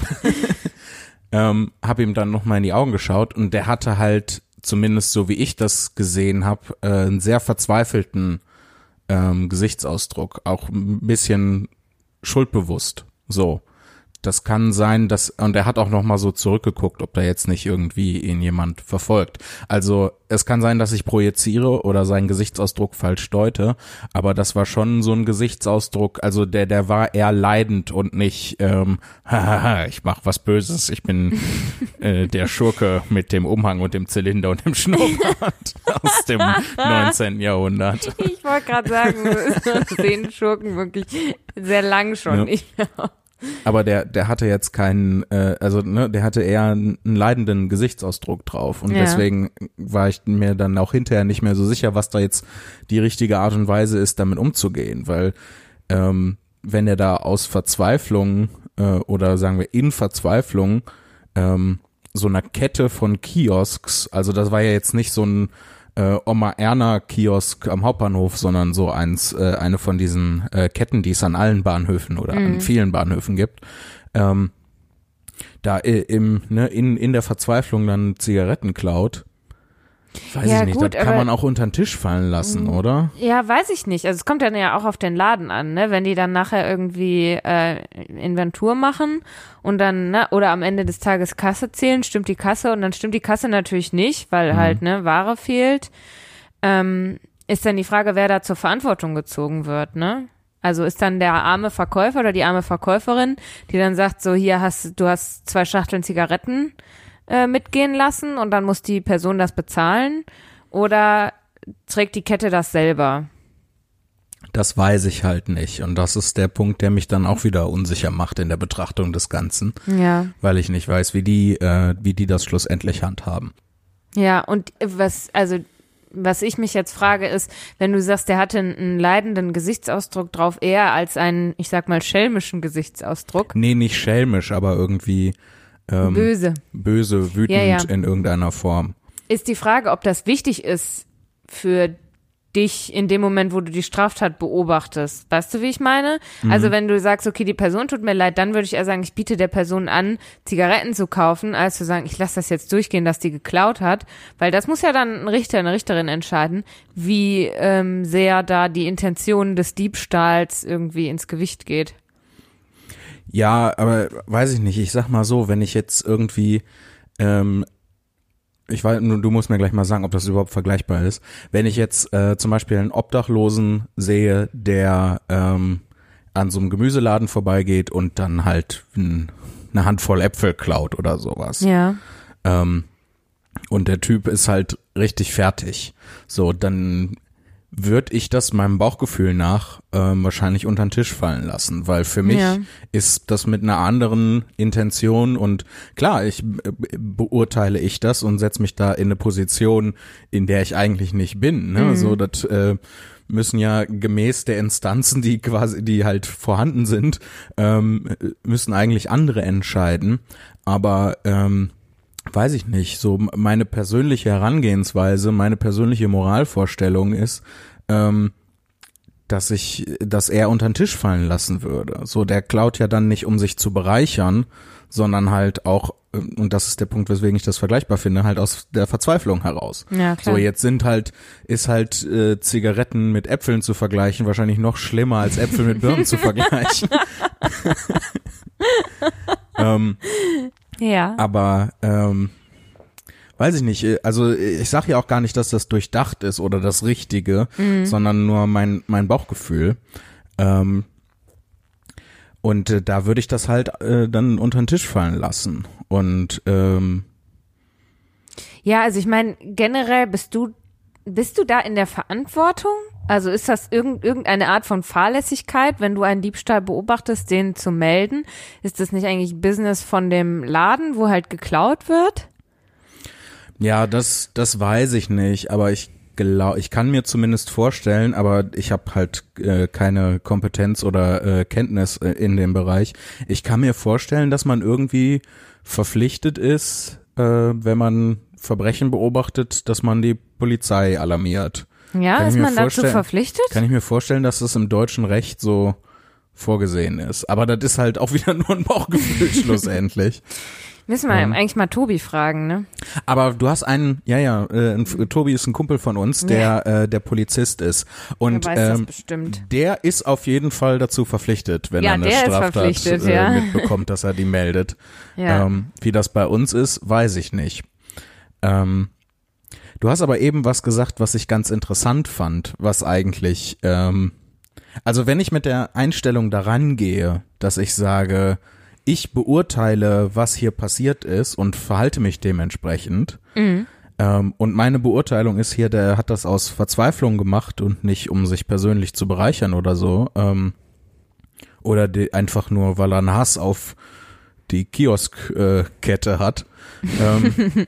ähm, habe ihm dann nochmal in die Augen geschaut und der hatte halt, zumindest so wie ich das gesehen habe, äh, einen sehr verzweifelten ähm, Gesichtsausdruck, auch ein bisschen schuldbewusst, so. Das kann sein, dass, und er hat auch noch mal so zurückgeguckt, ob da jetzt nicht irgendwie ihn jemand verfolgt. Also es kann sein, dass ich projiziere oder seinen Gesichtsausdruck falsch deute, aber das war schon so ein Gesichtsausdruck, also der der war eher leidend und nicht, ähm, hahaha, ich mach was Böses, ich bin äh, der Schurke mit dem Umhang und dem Zylinder und dem Schnurrbart aus dem neunzehnten Jahrhundert. Ich wollte gerade sagen, sehen Schurken wirklich sehr lang schon Ja. nicht mehr. Aber der, der hatte jetzt keinen, äh, also ne, der hatte eher einen, einen leidenden Gesichtsausdruck drauf und Ja. deswegen war ich mir dann auch hinterher nicht mehr so sicher, was da jetzt die richtige Art und Weise ist, damit umzugehen, weil ähm, wenn er da aus Verzweiflung äh, oder sagen wir in Verzweiflung ähm, so einer Kette von Kiosks, also das war ja jetzt nicht so ein äh, Oma Erna Kiosk am Hauptbahnhof, sondern so eins, äh, eine von diesen äh, Ketten, die es an allen Bahnhöfen oder Mhm. an vielen Bahnhöfen gibt. Ähm, da äh, im, ne, in, in der Verzweiflung dann Zigaretten klaut. Weiß Ja, ich nicht, gut, das kann aber- man auch unter den Tisch fallen lassen, oder? Ja, weiß ich nicht. Also es kommt dann ja auch auf den Laden an, ne? Wenn die dann nachher irgendwie äh, Inventur machen und dann, ne, oder am Ende des Tages Kasse zählen, stimmt die Kasse und dann stimmt die Kasse natürlich nicht, weil Mhm. halt, ne, Ware fehlt. Ähm, ist dann die Frage, wer da zur Verantwortung gezogen wird, ne? Also ist dann der arme Verkäufer oder die arme Verkäuferin, die dann sagt, so hier hast du hast zwei Schachteln Zigaretten äh, mitgehen lassen und dann muss die Person das bezahlen, oder trägt die Kette das selber? Das weiß ich halt nicht und das ist der Punkt, der mich dann auch wieder unsicher macht in der Betrachtung des Ganzen, Ja. weil ich nicht weiß, wie die, äh, wie die das schlussendlich handhaben. Ja, und was, also, was ich mich jetzt frage ist, wenn du sagst, der hatte einen, einen leidenden Gesichtsausdruck drauf, eher als einen, ich sag mal, schelmischen Gesichtsausdruck. Nee, nicht schelmisch, aber irgendwie ähm, Böse. böse, wütend Ja, ja. in irgendeiner Form. Ist die Frage, ob das wichtig ist für dich in dem Moment, wo du die Straftat beobachtest. Weißt du, wie ich meine? Mhm. Also wenn du sagst, okay, die Person tut mir leid, dann würde ich eher sagen, ich biete der Person an, Zigaretten zu kaufen, als zu sagen, ich lasse das jetzt durchgehen, dass die geklaut hat. Weil das muss ja dann ein Richter, eine Richterin entscheiden, wie ähm, sehr da die Intention des Diebstahls irgendwie ins Gewicht geht. Ja, aber weiß ich nicht, ich sag mal so, wenn ich jetzt irgendwie ähm, ich weiß, du musst mir gleich mal sagen, ob das überhaupt vergleichbar ist. Wenn ich jetzt äh, zum Beispiel einen Obdachlosen sehe, der ähm, an so einem Gemüseladen vorbeigeht und dann halt ein, eine Handvoll Äpfel klaut oder sowas. Ja. Ähm, und der Typ ist halt richtig fertig. So, dann würde ich das meinem Bauchgefühl nach ähm, wahrscheinlich unter den Tisch fallen lassen, weil für mich Ja. ist das mit einer anderen Intention und klar, ich äh, beurteile ich das und setze mich da in eine Position, in der ich eigentlich nicht bin. Ne? Mhm. So, das äh, müssen ja gemäß der Instanzen, die quasi, die halt vorhanden sind, ähm, müssen eigentlich andere entscheiden. Aber ähm, weiß ich nicht, so meine persönliche Herangehensweise, meine persönliche Moralvorstellung ist, ähm, dass ich, dass er unter den Tisch fallen lassen würde. So, der klaut ja dann nicht, um sich zu bereichern, sondern halt auch, und das ist der Punkt, weswegen ich das vergleichbar finde, halt aus der Verzweiflung heraus. Ja, klar. So, jetzt sind halt, ist halt äh, Zigaretten mit Äpfeln zu vergleichen wahrscheinlich noch schlimmer als Äpfel mit Birnen zu vergleichen. ähm, Ja. Aber ähm, weiß ich nicht, also ich sage ja auch gar nicht, dass das durchdacht ist oder das Richtige, Mhm. sondern nur mein mein Bauchgefühl. Ähm, und äh, da würde ich das halt äh, dann unter den Tisch fallen lassen. Und ähm, Ja, also ich meine, generell bist du, bist du da in der Verantwortung? Also ist das irgend, irgendeine Art von Fahrlässigkeit, wenn du einen Diebstahl beobachtest, den zu melden? Ist das nicht eigentlich Business von dem Laden, wo halt geklaut wird? ja, das das weiß ich nicht, aber ich glaube, ich kann mir zumindest vorstellen, aber ich habe halt äh, keine Kompetenz oder äh, Kenntnis äh, in dem Bereich. Ich kann mir vorstellen, dass man irgendwie verpflichtet ist, äh, wenn man Verbrechen beobachtet, dass man die Polizei alarmiert. Ja, Kann ich ist mir man dazu vorstellen- verpflichtet? Kann ich mir vorstellen, dass das im deutschen Recht so vorgesehen ist. Aber das ist halt auch wieder nur ein Bauchgefühl schlussendlich. Müssen wir Ähm. eigentlich mal Tobi fragen, ne? Aber du hast einen, ja, ja, äh, ein, Tobi ist ein Kumpel von uns, der äh, der Polizist ist. Und Der weiß das ähm, bestimmt. der ist auf jeden Fall dazu verpflichtet, wenn Ja, er eine der ist Straftat verpflichtet, äh, ja. mitbekommt, dass er die meldet. Ja. Ähm, wie das bei uns ist, weiß ich nicht. Ähm, du hast aber eben was gesagt, was ich ganz interessant fand, was eigentlich, ähm, also wenn ich mit der Einstellung daran gehe, dass ich sage, ich beurteile, was hier passiert ist und verhalte mich dementsprechend, Mhm. ähm, und meine Beurteilung ist hier, der hat das aus Verzweiflung gemacht und nicht, um sich persönlich zu bereichern oder so, ähm, oder die, einfach nur, weil er einen Hass auf die Kioskkette äh, hat, ähm,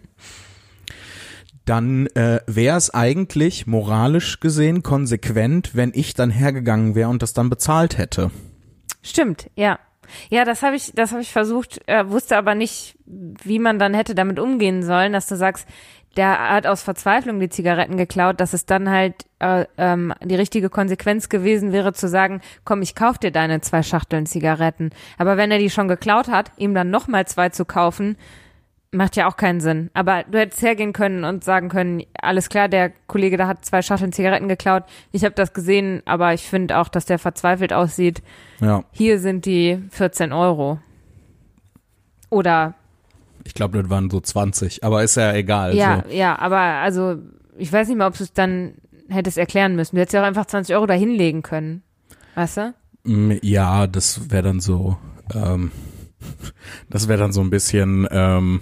dann äh, wäre es eigentlich moralisch gesehen konsequent, wenn ich dann hergegangen wäre und das dann bezahlt hätte. Stimmt, ja. Ja, das habe ich, das habe ich versucht, äh, wusste aber nicht, wie man dann hätte damit umgehen sollen, dass du sagst, der hat aus Verzweiflung die Zigaretten geklaut, dass es dann halt äh, ähm, die richtige Konsequenz gewesen wäre, zu sagen, komm, ich kauf dir deine zwei Schachteln Zigaretten. Aber wenn er die schon geklaut hat, ihm dann nochmal zwei zu kaufen, macht ja auch keinen Sinn. Aber du hättest hergehen können und sagen können, alles klar, der Kollege da hat zwei Schachteln Zigaretten geklaut. Ich habe das gesehen, aber ich finde auch, dass der verzweifelt aussieht. Ja. Hier sind die vierzehn Euro. Oder Ich glaube, das waren so zwanzig, aber ist ja egal. ja, so. ja, aber also ich weiß nicht mal, ob du es dann hättest erklären müssen. Du hättest ja auch einfach zwanzig Euro da hinlegen können. Weißt du? Mm, Ja, das wäre dann so, ähm, das wäre dann so ein bisschen, ähm,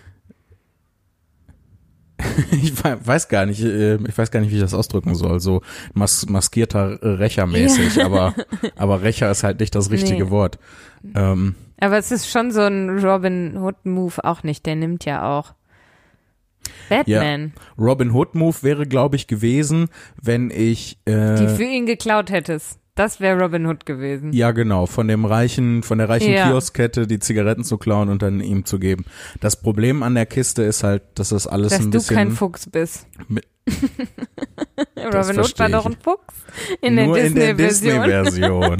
ich we- weiß gar nicht, äh, ich weiß gar nicht, wie ich das ausdrücken soll, so mas maskierter Rächermäßig, Ja. aber, aber Rächer ist halt nicht das richtige Nee. Wort. Ähm, Aber es ist schon so ein Robin Hood-Move auch nicht. Der nimmt ja auch Batman, Robin Hood Move wäre, glaube ich, gewesen, wenn ich, die äh, für ihn geklaut hättest. Das wäre Robin Hood gewesen. ja genau, von dem reichen, von der reichen Ja. Kioskkette die Zigaretten zu klauen und dann ihm zu geben. Das Problem an der Kiste ist halt, dass das alles Dass ein du bisschen kein Fuchs bist. mit- Robin Hood war verstehe doch ich. ein Fuchs in der nur in der Disney-Version. Disney-Version.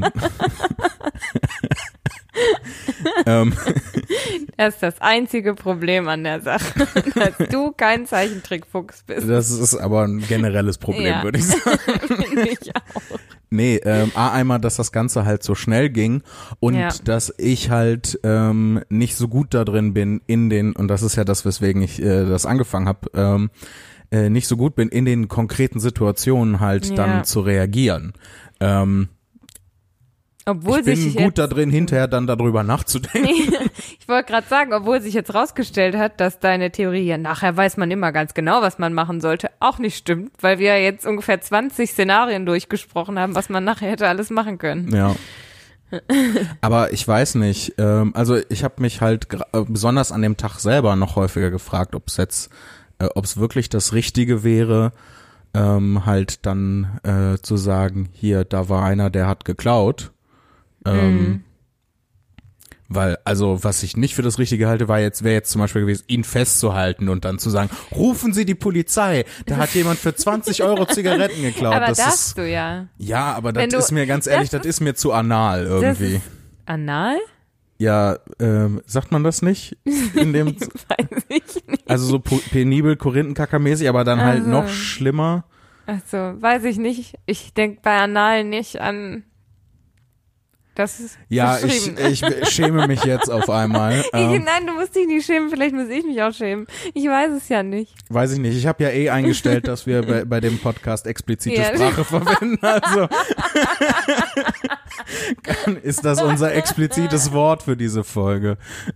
ähm, Das ist das einzige Problem an der Sache, dass du kein Zeichentrickfuchs bist. das ist aber ein generelles Problem, Ja. würde ich sagen. Finde ich auch. Nee, ähm, A, einmal, dass das Ganze halt so schnell ging und Ja. dass ich halt ähm, nicht so gut da drin bin in den, und das ist ja das, weswegen ich äh, das angefangen habe, ähm, äh, nicht so gut bin, in den konkreten Situationen halt Ja. dann zu reagieren. Ähm, Obwohl ich bin sich gut jetzt, da drin, hinterher dann darüber nachzudenken. ich wollte gerade sagen, obwohl sich jetzt rausgestellt hat, dass deine Theorie, ja, nachher weiß man immer ganz genau, was man machen sollte, auch nicht stimmt, weil wir jetzt ungefähr zwanzig Szenarien durchgesprochen haben, was man nachher hätte alles machen können. Ja. Aber ich weiß nicht, ähm, also ich habe mich halt gra- äh, besonders an dem Tag selber noch häufiger gefragt, ob es jetzt, äh, ob es wirklich das Richtige wäre, ähm, halt dann äh, zu sagen, hier, da war einer, der hat geklaut. Ähm, Mhm. Weil, also was ich nicht für das Richtige halte, war jetzt, wäre jetzt zum Beispiel gewesen, ihn festzuhalten und dann zu sagen, rufen Sie die Polizei, da hat jemand für zwanzig Euro Zigaretten geklaut. Aber das darfst ist, du ja. ja, aber Wenn das du- ist mir ganz ehrlich, das das, ist mir zu anal Das irgendwie. ist anal? Ja, ähm, sagt man das nicht? In dem, Weiß ich nicht. also so po- penibel, Korinthenkackermäßig, aber dann halt Also. noch schlimmer. Achso, weiß ich nicht. Ich denke bei anal nicht an, das ist Ja, ich, verschrieben. ich schäme mich jetzt auf einmal. Ich, Ähm, nein, du musst dich nicht schämen, vielleicht muss ich mich auch schämen. Ich weiß es ja nicht. weiß ich nicht. Ich habe ja eh eingestellt, dass wir bei, bei dem Podcast explizite Ja. Sprache verwenden. Also ist das unser explizites Wort für diese Folge.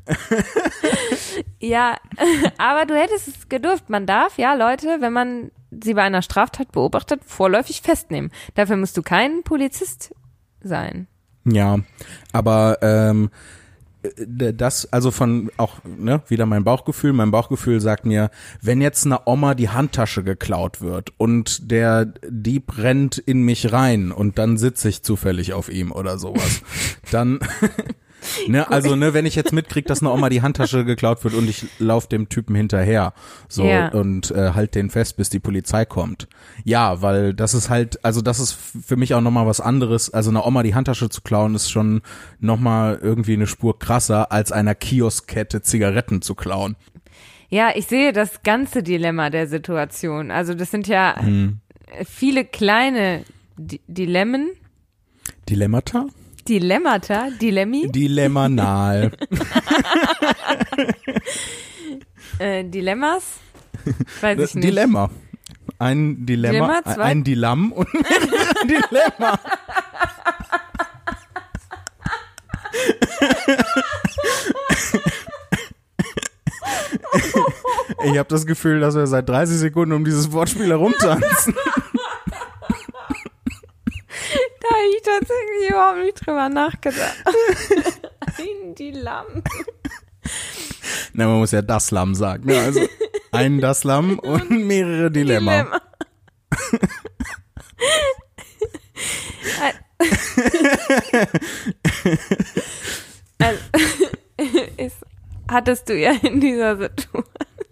Ja, aber du hättest es gedurft. Man darf, ja, Leute, wenn man sie bei einer Straftat beobachtet, vorläufig festnehmen. Dafür musst du kein Polizist sein. Ja, aber ähm, d- das, also von auch, ne, wieder mein Bauchgefühl, mein Bauchgefühl sagt mir, wenn jetzt einer Oma die Handtasche geklaut wird und der Dieb rennt in mich rein und dann sitze ich zufällig auf ihm oder sowas, dann Ne, also ne, wenn ich jetzt mitkriege, dass eine Oma die Handtasche geklaut wird und ich laufe dem Typen hinterher so Ja. und äh, halt den fest, bis die Polizei kommt. Ja, weil das ist halt, also das ist für mich auch nochmal was anderes. Also einer Oma die Handtasche zu klauen ist schon nochmal irgendwie eine Spur krasser, als einer Kioskkette Zigaretten zu klauen. Ja, ich sehe das ganze Dilemma der Situation. Also das sind ja Hm. viele kleine D- Dilemmen. Dilemmata? Dilemmata? Dilemmi? Dilemmanal. Äh, Dilemmas? Weiß ich nicht. Dilemma. Ein Dilemma, Dilemma, zwei- ein Dilamm und ein Dilemma. Ich habe das Gefühl, dass wir seit dreißig Sekunden um dieses Wortspiel herumtanzen. Da habe ich tatsächlich überhaupt nicht drüber nachgedacht. Ein Dilamm. Na, man muss ja das Lamm sagen. Ne? Also ein das Lamm und mehrere Dilemma. Dilemma. Also, ist, hattest du ja in dieser Situation,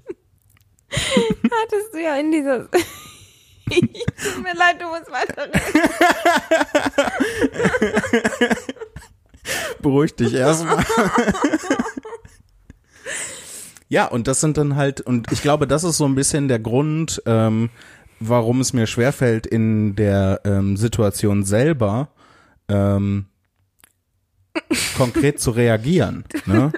hattest du ja in dieser, tut mir leid, du musst weiterreden. Beruhig dich erstmal. Ja, und das sind dann halt, und ich glaube, das ist so ein bisschen der Grund, ähm, warum es mir schwerfällt, in der ähm, Situation selber ähm, konkret zu reagieren. Ne?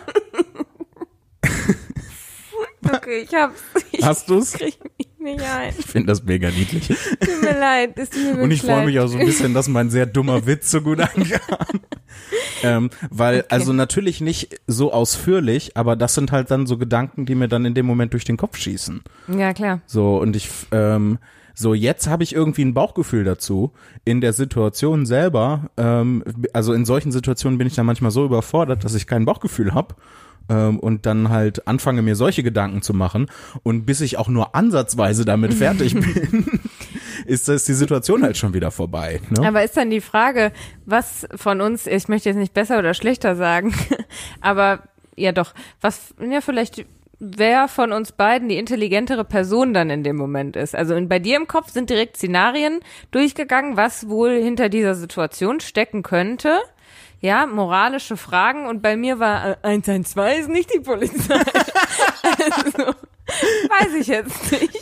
Okay, ich hab's. Ich Hast du's? krieg mich nicht ein. Ich finde das mega niedlich. Tut mir leid, es tut mir Und ich wirklich freue mich leid. auch so ein bisschen, dass mein sehr dummer Witz so gut ankam. ähm, weil, Okay. also natürlich nicht so ausführlich, aber das sind halt dann so Gedanken, die mir dann in dem Moment durch den Kopf schießen. Ja, klar. So, und ich, ähm, so jetzt habe ich irgendwie ein Bauchgefühl dazu. In der Situation selber, ähm, also in solchen Situationen bin ich dann manchmal so überfordert, dass ich kein Bauchgefühl habe. Ähm, und dann halt anfange, mir solche Gedanken zu machen. Und bis ich auch nur ansatzweise damit fertig bin, ist das die Situation halt schon wieder vorbei. Ne? Aber ist dann die Frage, was von uns, ich möchte jetzt nicht besser oder schlechter sagen, aber ja doch, was, ja vielleicht wer von uns beiden die intelligentere Person dann in dem Moment ist. Also in, bei dir im Kopf sind direkt Szenarien durchgegangen, was wohl hinter dieser Situation stecken könnte. Ja, moralische Fragen, und bei mir war äh, eins eins zwei ist nicht die Polizei. Also, weiß ich jetzt nicht.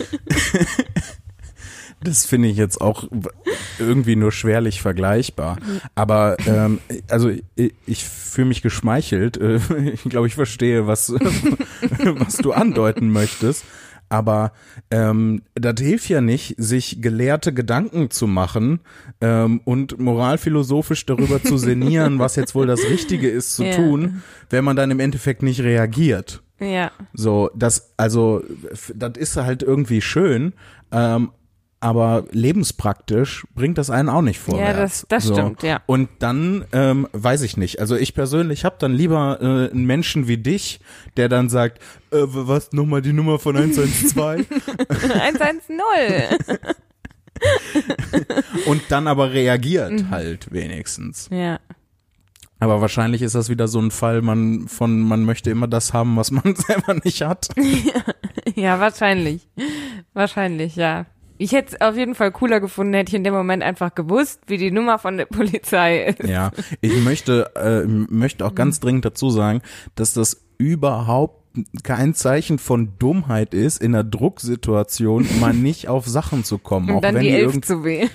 Das finde ich jetzt auch irgendwie nur schwerlich vergleichbar. Aber ähm, also ich, ich fühle mich geschmeichelt. Ich glaube, ich verstehe, was, was du andeuten möchtest. Aber ähm, das hilft ja nicht, sich gelehrte Gedanken zu machen ähm, und moralphilosophisch darüber zu sinnieren, was jetzt wohl das Richtige ist zu Ja. tun, wenn man dann im Endeffekt nicht reagiert. Ja. So, das, also, f- das ist halt irgendwie schön, ähm, aber lebenspraktisch bringt das einen auch nicht vorwärts. Ja, das, das so. stimmt, ja. Und dann, ähm, weiß ich nicht, also ich persönlich habe dann lieber äh, einen Menschen wie dich, der dann sagt, äh, was, nochmal die Nummer von eins eins zwei? eins eins null. Und dann aber reagiert halt wenigstens. Ja. Aber wahrscheinlich ist das wieder so ein Fall, man von, man möchte immer das haben, was man selber nicht hat. Ja, wahrscheinlich. Wahrscheinlich, ja. Ich hätte es auf jeden Fall cooler gefunden, hätte ich in dem Moment einfach gewusst, wie die Nummer von der Polizei ist. Ja, ich möchte, äh, möchte auch ganz dringend dazu sagen, dass das überhaupt kein Zeichen von Dummheit ist, in einer Drucksituation mal nicht auf Sachen zu kommen. Und Auch dann wenn die die Elf irgend zu wählen.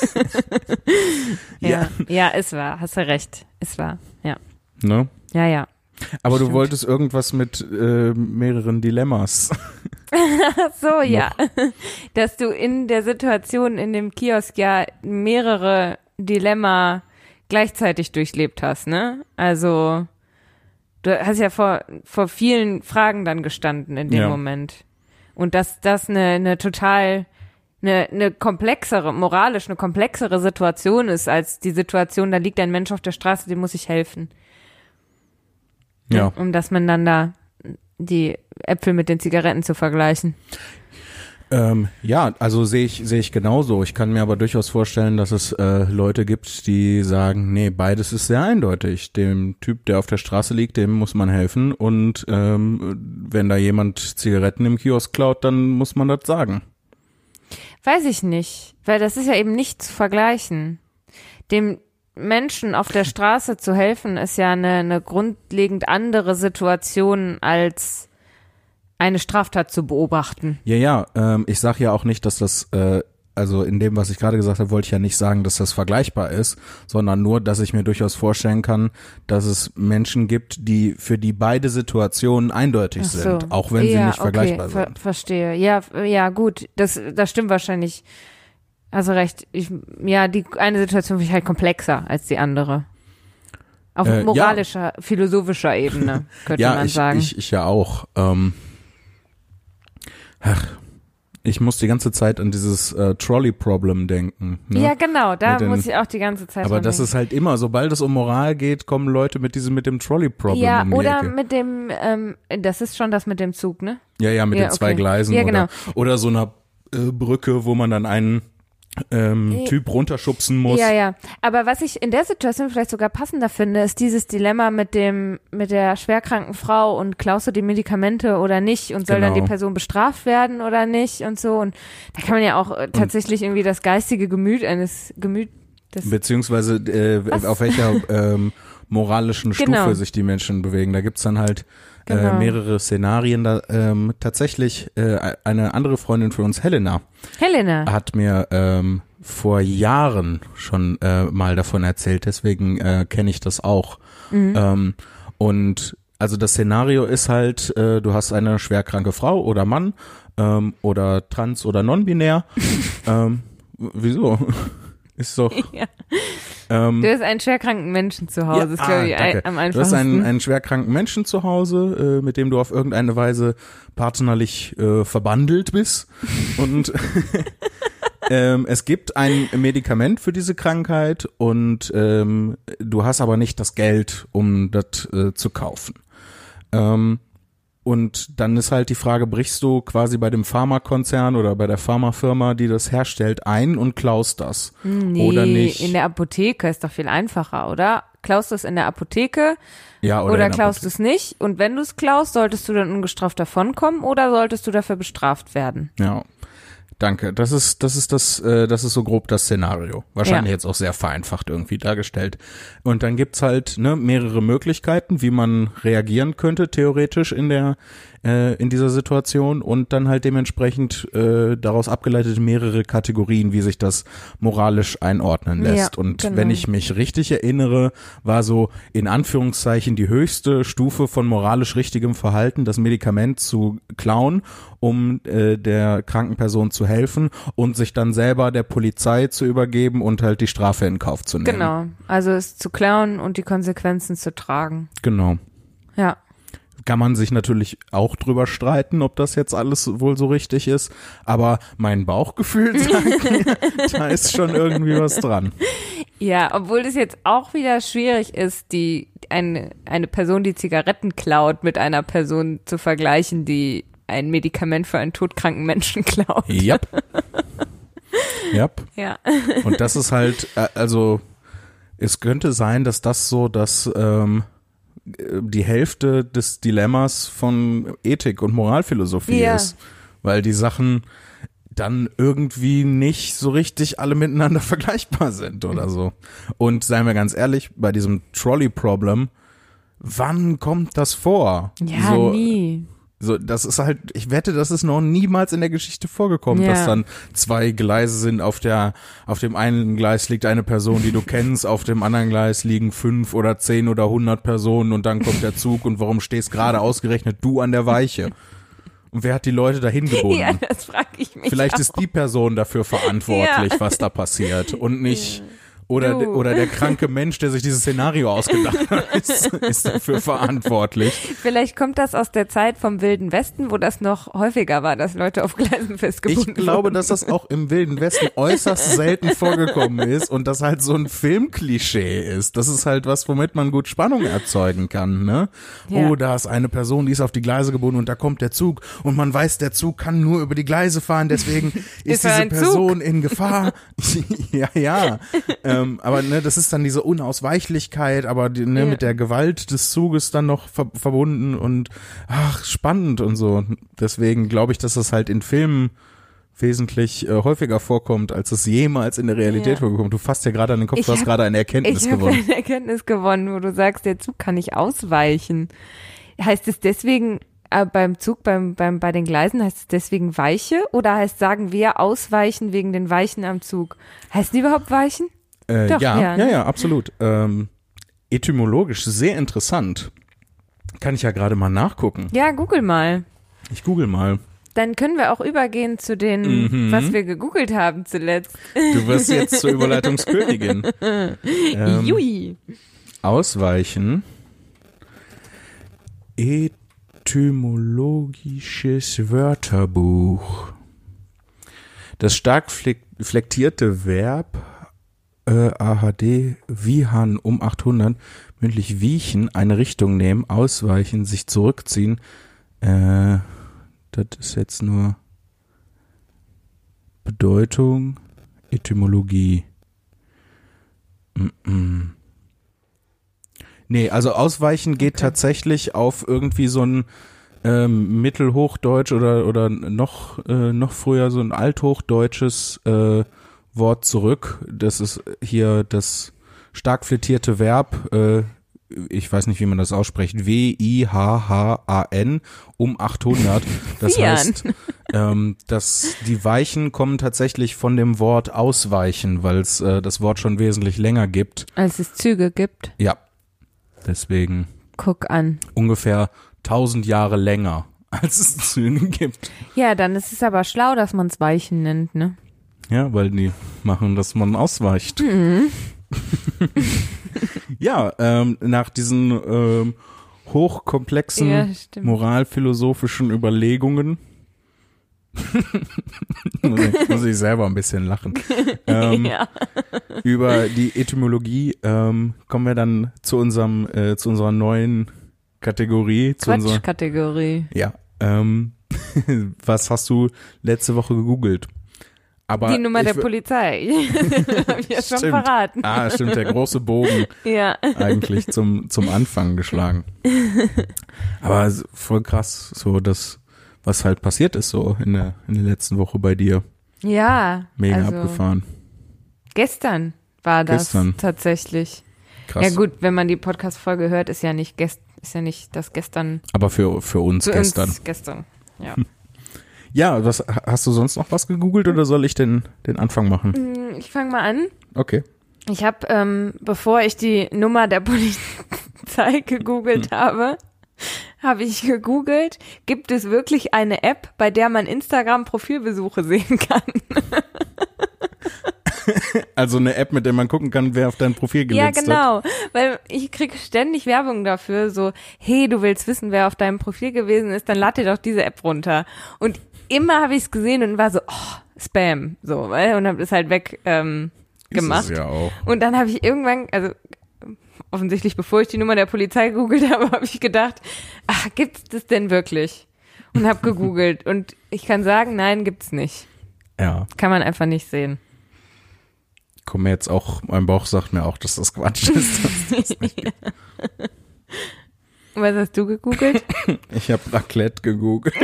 Ja. ja. Ja, ist wahr. Hast du recht. Ist wahr. Ja. ne? Ja, ja. Aber Stimmt. du wolltest irgendwas mit äh, mehreren Dilemmas. Ach so, ja. Dass du in der Situation in dem Kiosk ja mehrere Dilemma gleichzeitig durchlebt hast, ne? Also du hast ja vor, vor vielen Fragen dann gestanden in dem Ja. Moment. Und dass das eine, eine total, eine, eine komplexere, moralisch eine komplexere Situation ist, als die Situation, da liegt ein Mensch auf der Straße, dem muss ich helfen. Ja. Um das miteinander die Äpfel mit den Zigaretten zu vergleichen. Ähm, ja, also sehe ich sehe ich genauso. Ich kann mir aber durchaus vorstellen, dass es äh, Leute gibt, die sagen, nee, beides ist sehr eindeutig. Dem Typ, der auf der Straße liegt, dem muss man helfen. Und ähm, wenn da jemand Zigaretten im Kiosk klaut, dann muss man das sagen. Weiß ich nicht, weil das ist ja eben nicht zu vergleichen. Dem Menschen auf der Straße zu helfen, ist ja eine, eine grundlegend andere Situation als eine Straftat zu beobachten. Ja, ja, ähm, ich sage ja auch nicht, dass das, äh, also in dem, was ich gerade gesagt habe, wollte ich ja nicht sagen, dass das vergleichbar ist, sondern nur, dass ich mir durchaus vorstellen kann, dass es Menschen gibt, die für die beide Situationen eindeutig Ach so. sind, auch wenn ja, sie nicht okay, vergleichbar ver- sind. Verstehe. Ja, ja, gut, das, das stimmt wahrscheinlich. Also recht. Ich, ja, die eine Situation finde ich halt komplexer als die andere. Auf Äh, moralischer, philosophischer Ebene, könnte ja, man ich, sagen. ich, ich ja auch. Ähm, ach, ich muss die ganze Zeit an dieses äh, Trolley-Problem denken. Ne? Ja, genau, da Mit den- muss ich auch die ganze Zeit Aber dran das denken. ist halt immer, sobald es um Moral geht, kommen Leute mit diesem mit dem Trolley-Problem Ja, um die oder Ecke. mit dem, ähm, das ist schon das mit dem Zug, ne? Ja, ja, mit Ja, den zwei okay. Gleisen Ja, oder, genau. oder so einer äh, Brücke, wo man dann einen ähm, Nee. Typ runterschubsen muss. Ja, ja. Aber was ich in der Situation vielleicht sogar passender finde, ist dieses Dilemma mit dem, mit der schwerkranken Frau und klaust du die Medikamente oder nicht und soll dann Genau. die Person bestraft werden oder nicht und so. Und da kann man ja auch äh, tatsächlich irgendwie das geistige Gemüt eines Gemüt des Beziehungsweise äh, Was? auf welcher ähm, moralischen Stufe Genau. sich die Menschen bewegen. Da gibt's dann halt äh, Genau. mehrere Szenarien. Da, ähm, tatsächlich äh, eine andere Freundin von uns, Helena, Helena. hat mir ähm, vor Jahren schon äh, mal davon erzählt, deswegen äh, kenne ich das auch. Mhm. Ähm, und also das Szenario ist halt, äh, du hast eine schwerkranke Frau oder Mann ähm, oder trans oder non-binär. ähm, w- wieso? Ist doch. Ja. Ähm, Du hast einen schwerkranken Menschen zu Hause, ja, ist glaube ich ah, ein, danke. am Du hast einfachsten. einen, einen schwerkranken Menschen zu Hause, äh, mit dem du auf irgendeine Weise partnerlich äh, verbandelt bist. Und ähm, es gibt ein Medikament für diese Krankheit und ähm, du hast aber nicht das Geld, um das äh, zu kaufen. Ähm, und dann ist halt die Frage, brichst du quasi bei dem Pharmakonzern oder bei der Pharmafirma, die das herstellt, ein und klaust das? Nee, oder nicht? in der Apotheke ist doch viel einfacher, oder? Klaust du es in der Apotheke Ja, oder, oder, in der klaust du es nicht? Und wenn du es klaust, solltest du dann ungestraft davonkommen oder solltest du dafür bestraft werden? Ja, danke. Das ist, das ist das, äh, das ist so grob das Szenario. Wahrscheinlich Ja. jetzt auch sehr vereinfacht irgendwie dargestellt. Und dann gibt's halt ne, mehrere Möglichkeiten, wie man reagieren könnte, theoretisch in der, äh, in dieser Situation und dann halt dementsprechend äh, daraus abgeleitet mehrere Kategorien, wie sich das moralisch einordnen lässt. Ja, und genau. wenn ich mich richtig erinnere, war so in Anführungszeichen die höchste Stufe von moralisch richtigem Verhalten, das Medikament zu klauen, um äh, der kranken Person zu helfen und sich dann selber der Polizei zu übergeben und halt die Strafe in Kauf zu nehmen. Genau, also es zu klauen und die Konsequenzen zu tragen. Genau. Ja, Kann man sich natürlich auch drüber streiten, ob das jetzt alles wohl so richtig ist, aber mein Bauchgefühl sagt mir, da ist schon irgendwie was dran. ja, obwohl es jetzt auch wieder schwierig ist, die eine eine Person, die Zigaretten klaut, mit einer Person zu vergleichen, die ein Medikament für einen todkranken Menschen klaut. Yep. Yep. Ja. Und das ist halt, äh, also es könnte sein, dass das so das ähm, die Hälfte des Dilemmas von Ethik und Moralphilosophie Ja. ist, weil die Sachen dann irgendwie nicht so richtig alle miteinander vergleichbar sind oder so. Und seien wir ganz ehrlich, bei diesem Trolley-Problem, wann kommt das vor? Ja, so, nie. So, das ist halt, ich wette, das ist noch niemals in der Geschichte vorgekommen, Ja. dass dann zwei Gleise sind, auf der, auf dem einen Gleis liegt eine Person, die du kennst, auf dem anderen Gleis liegen fünf oder zehn oder hundert Personen und dann kommt der Zug und warum stehst gerade ausgerechnet du an der Weiche? Und wer hat die Leute dahin gebunden? Ja, das frage ich mich Vielleicht auch. ist die Person dafür verantwortlich, Ja. was da passiert und nicht, Oder, Du. oder der kranke Mensch, der sich dieses Szenario ausgedacht hat, ist, ist dafür verantwortlich. Vielleicht kommt das aus der Zeit vom Wilden Westen, wo das noch häufiger war, dass Leute auf Gleisen festgebunden Ich glaube, wurden. dass das auch im Wilden Westen äußerst selten vorgekommen ist und das halt so ein Filmklischee ist. Das ist halt was, womit man gut Spannung erzeugen kann, ne? Ja. Oh, da ist eine Person, die ist auf die Gleise gebunden und da kommt der Zug und man weiß, der Zug kann nur über die Gleise fahren, deswegen ist, Ist er diese ein Zug? Person in Gefahr. ja, ja. Ähm, aber ne, das ist dann diese Unausweichlichkeit, aber die, ne, Ja. mit der Gewalt des Zuges dann noch ver verbunden und ach, spannend und so. Deswegen glaube ich, dass das halt in Filmen wesentlich äh, häufiger vorkommt, als es jemals in der Realität Ja. vorkommt. Du fasst ja gerade an den Kopf, Ich du hast hab- gerade eine Erkenntnis Ich habe gewonnen. eine Erkenntnis gewonnen, wo du sagst, der Zug kann nicht ausweichen. Heißt es deswegen äh, beim Zug, beim, beim, bei den Gleisen, heißt es deswegen Weiche oder heißt, sagen wir, ausweichen wegen den Weichen am Zug? Heißt die überhaupt Weichen? Äh, Doch, ja, ja, ja, ne? ja, absolut. Ähm, etymologisch sehr interessant. Kann ich ja gerade mal nachgucken. Ja, google mal. Ich google mal. Dann können wir auch übergehen zu den, Mhm. was wir gegoogelt haben zuletzt. Du wirst jetzt zur Überleitungskönigin. Ähm, Jui. Ausweichen. Etymologisches Wörterbuch. Das stark fleck- flektierte Verb äh, A H D wiehan um achthundert, mündlich wiechen, eine Richtung nehmen, ausweichen, sich zurückziehen. Äh, das ist jetzt nur Bedeutung, Etymologie. Mm-mm. Nee, also ausweichen geht Okay. tatsächlich auf irgendwie so ein ähm, Mittelhochdeutsch oder oder noch äh, noch früher so ein althochdeutsches äh, Wort zurück. Das ist hier das stark fletierte Verb, äh, ich weiß nicht, wie man das ausspricht, W I H H A N um achthundert. Das Vian. heißt, ähm, dass die Weichen kommen tatsächlich von dem Wort ausweichen, weil es äh, das Wort schon wesentlich länger gibt. Als es Züge gibt, Ja, deswegen guck an. ungefähr tausend Jahre länger, als es Züge gibt. Ja, dann ist es aber schlau, dass man es Weichen nennt, ne? Ja, weil die machen, dass man ausweicht. Mhm. Ja, ähm, nach diesen ähm, hochkomplexen Ja, stimmt. moralphilosophischen Überlegungen muss, ich, muss ich selber ein bisschen lachen. Ähm, ja. Über die Etymologie ähm, kommen wir dann zu unserem äh, zu unserer neuen Kategorie. Zu unserer, Quatschkategorie. ja. Ähm, was hast du letzte Woche gegoogelt? Aber Die Nummer ich der wür- Polizei. Hab ich ja schon Stimmt. verraten. Ah, stimmt, der große Bogen Ja. eigentlich zum zum Anfang geschlagen. Aber s- voll krass, so das, was halt passiert ist so in der in der letzten Woche bei dir. Ja. Mega also, abgefahren. Gestern war das Gestern. tatsächlich. Krass. Ja gut, wenn man die Podcast-Folge hört, ist ja nicht gest ist ja nicht das gestern. Aber für für uns Für gestern. uns gestern. Ja. Ja, was hast du sonst noch was gegoogelt oder soll ich den den Anfang machen? Hm, Ich fange mal an. Okay. Ich habe, ähm, bevor ich die Nummer der Polizei gegoogelt habe, habe ich gegoogelt, gibt es wirklich eine App, bei der man Instagram-Profilbesuche sehen kann? Also eine App, mit der man gucken kann, wer auf dein Profil Ja, gesetzt hat. genau, weil ich kriege ständig Werbung dafür, so, hey, du willst wissen, wer auf deinem Profil gewesen ist, dann lad dir doch diese App runter. Und immer habe ich es gesehen und war so, oh, Spam, so, weil, und habe das halt weg ähm, gemacht. Ist es ja auch. Und dann habe ich irgendwann, also offensichtlich bevor ich die Nummer der Polizei gegoogelt habe, habe ich gedacht, ach, gibt's das denn wirklich? Und habe gegoogelt und ich kann sagen, nein, gibt's nicht. Ja. Kann man einfach nicht sehen. Komm jetzt auch, mein Bauch sagt mir auch, dass das Quatsch ist. Dass das nicht gibt. Was hast du gegoogelt? Ich habe Raclette gegoogelt.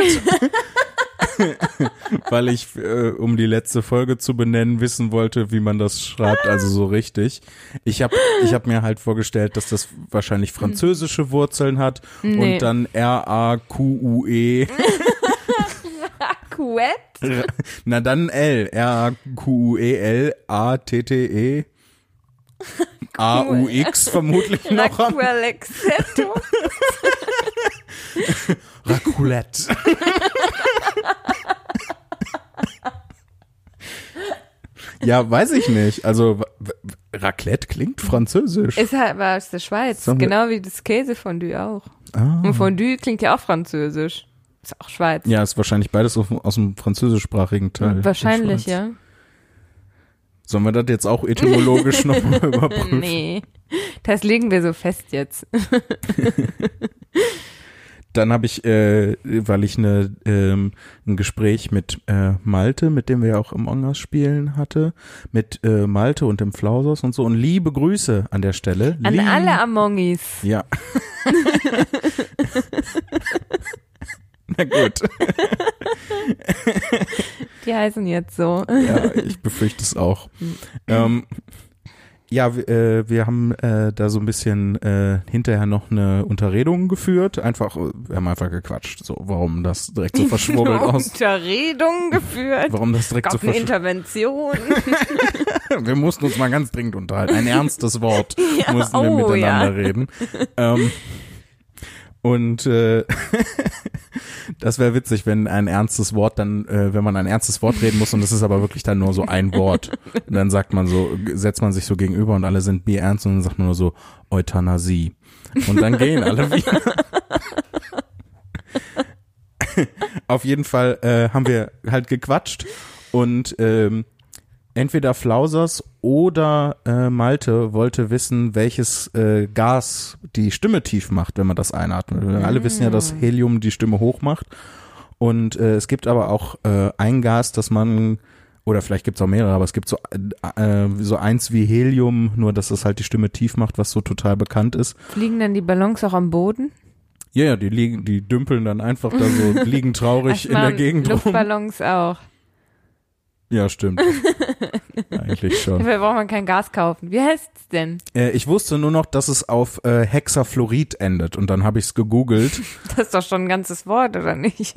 Weil ich, äh, um die letzte Folge zu benennen, wissen wollte, wie man das schreibt, also so richtig. Ich habe ich hab mir halt vorgestellt, dass das wahrscheinlich französische Wurzeln hat Nee. und dann R A Q U E. Quet? Na dann L. R A Q U E L A T T E. A U X vermutlich noch. Raquelexetto? Raclette. Ja, weiß ich nicht. Also w- w- Raclette klingt französisch. Ist halt aber aus der Schweiz, Sagen wir- genau wie das Käsefondue auch. Ah. Und Fondue klingt ja auch französisch. Ist auch Schweiz. Ja, ist wahrscheinlich beides aus, aus dem französischsprachigen Teil. der Wahrscheinlich, Schweiz. ja. Sollen wir das jetzt auch etymologisch nochmal überprüfen? Nee, das legen wir so fest jetzt. Dann habe ich, äh, weil ich eine, ähm, ein Gespräch mit äh, Malte, mit dem wir ja auch im Ongas spielen hatte, mit äh, Malte und dem Flausers und so. Und liebe Grüße an der Stelle. An Lieb- alle Amongis. Ja. Na gut. Die heißen jetzt so. Ja, ich befürchte es auch. ähm, ja, wir, äh, wir haben äh, da so ein bisschen äh, hinterher noch eine Unterredung geführt. Einfach, äh, wir haben einfach gequatscht. So, warum das direkt so verschwurbelt aus. Unterredung geführt. Warum das direkt so Gab eine verschwurbelt. Intervention. Wir mussten uns mal ganz dringend unterhalten. Ein ernstes Wort Ja, mussten wir oh, miteinander ja. reden. Ähm, und äh, das wäre witzig, wenn ein ernstes Wort dann, äh, wenn man ein ernstes Wort reden muss und es ist aber wirklich dann nur so ein Wort. Und dann sagt man so, setzt man sich so gegenüber und alle sind bierernst und dann sagt man nur so Euthanasie. Und dann gehen alle wieder. Auf jeden Fall äh, haben wir halt gequatscht und ähm, entweder Flausers oder äh, Malte wollte wissen, welches äh, Gas die Stimme tief macht, wenn man das einatmet. Wir alle wissen ja, dass Helium die Stimme hoch macht. Und äh, es gibt aber auch äh, ein Gas, das man, oder vielleicht gibt es auch mehrere, aber es gibt so, äh, so eins wie Helium, nur dass das halt die Stimme tief macht, was so total bekannt ist. Fliegen dann die Ballons auch am Boden? Ja, ja, die liegen, die dümpeln dann einfach da so, liegen traurig Ach, in der man, Gegend rum. Luftballons auch. Ja, stimmt. Eigentlich schon. Dafür braucht man kein Gas kaufen. Wie heißt's denn? Äh, ich wusste nur noch, dass es auf äh, Hexafluorid endet und dann habe ich es gegoogelt. Das ist doch schon ein ganzes Wort, oder nicht?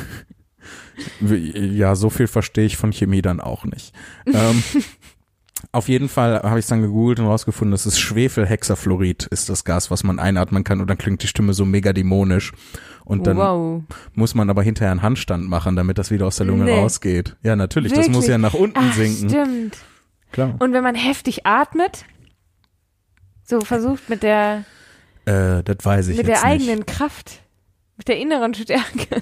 Ja, so viel verstehe ich von Chemie dann auch nicht. ähm, auf jeden Fall habe ich es dann gegoogelt und rausgefunden, dass es Schwefelhexafluorid ist das Gas, was man einatmen kann und dann klingt die Stimme so mega dämonisch. Und dann Wow. muss man aber hinterher einen Handstand machen, damit das wieder aus der Lunge Nee. rausgeht. Ja, natürlich, das Wirklich? muss ja nach unten Ach, sinken. stimmt. Klar. Und wenn man heftig atmet, so versucht mit der, Äh, das weiß ich mit jetzt der nicht. eigenen Kraft, mit der inneren Stärke.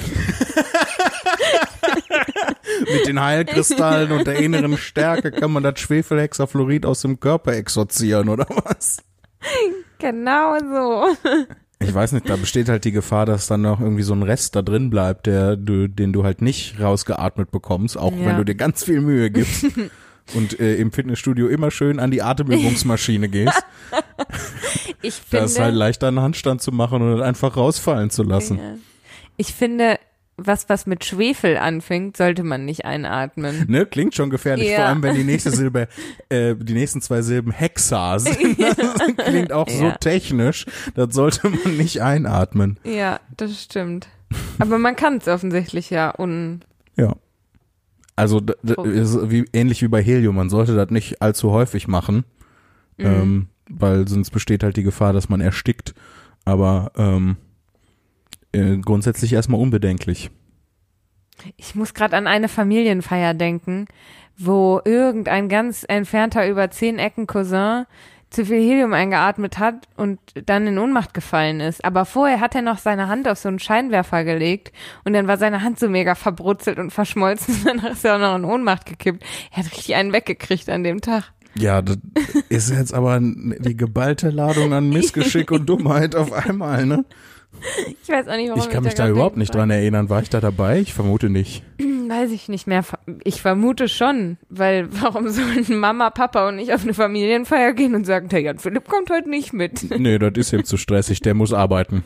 Mit den Heilkristallen und der inneren Stärke kann man das Schwefelhexafluorid aus dem Körper exorzieren, oder was? Genau so. Ich weiß nicht, da besteht halt die Gefahr, dass dann noch irgendwie so ein Rest da drin bleibt, der du, den du halt nicht rausgeatmet bekommst, auch Ja. wenn du dir ganz viel Mühe gibst und äh, im Fitnessstudio immer schön an die Atemübungsmaschine gehst. Ich Da finde, ist halt leichter, einen Handstand zu machen und einfach rausfallen zu lassen. ja. Ich finde, was, was mit Schwefel anfängt, sollte man nicht einatmen. Ne, klingt schon gefährlich, Ja. vor allem wenn die nächste Silbe, äh, die nächsten zwei Silben Hexa sind. Das klingt auch so Ja. technisch, das sollte man nicht einatmen. Ja, das stimmt. Aber man kann es offensichtlich ja un. Ja. Also d- d- Oh. ist wie, ähnlich wie bei Helium, man sollte das nicht allzu häufig machen, Mhm. ähm, weil sonst besteht halt die Gefahr, dass man erstickt. Aber ähm, äh, grundsätzlich erstmal unbedenklich. Ich muss gerade an eine Familienfeier denken, wo irgendein ganz entfernter über zehn Ecken Cousin zu viel Helium eingeatmet hat und dann in Ohnmacht gefallen ist. Aber vorher hat er noch seine Hand auf so einen Scheinwerfer gelegt und dann war seine Hand so mega verbrutzelt und verschmolzen und danach ist er auch noch in Ohnmacht gekippt. Er hat richtig einen weggekriegt an dem Tag. Ja, das ist jetzt aber die geballte Ladung an Missgeschick und Dummheit auf einmal, ne? Ich weiß auch nicht, warum Ich kann mich da da grad überhaupt denken nicht soll. dran erinnern. War ich da dabei? Ich vermute nicht. Weiß ich nicht mehr. Ich vermute schon, weil warum sollen Mama, Papa und ich auf eine Familienfeier gehen und sagen, der Jan Philipp kommt heute nicht mit? Nee, das ist ihm zu stressig. Der muss arbeiten.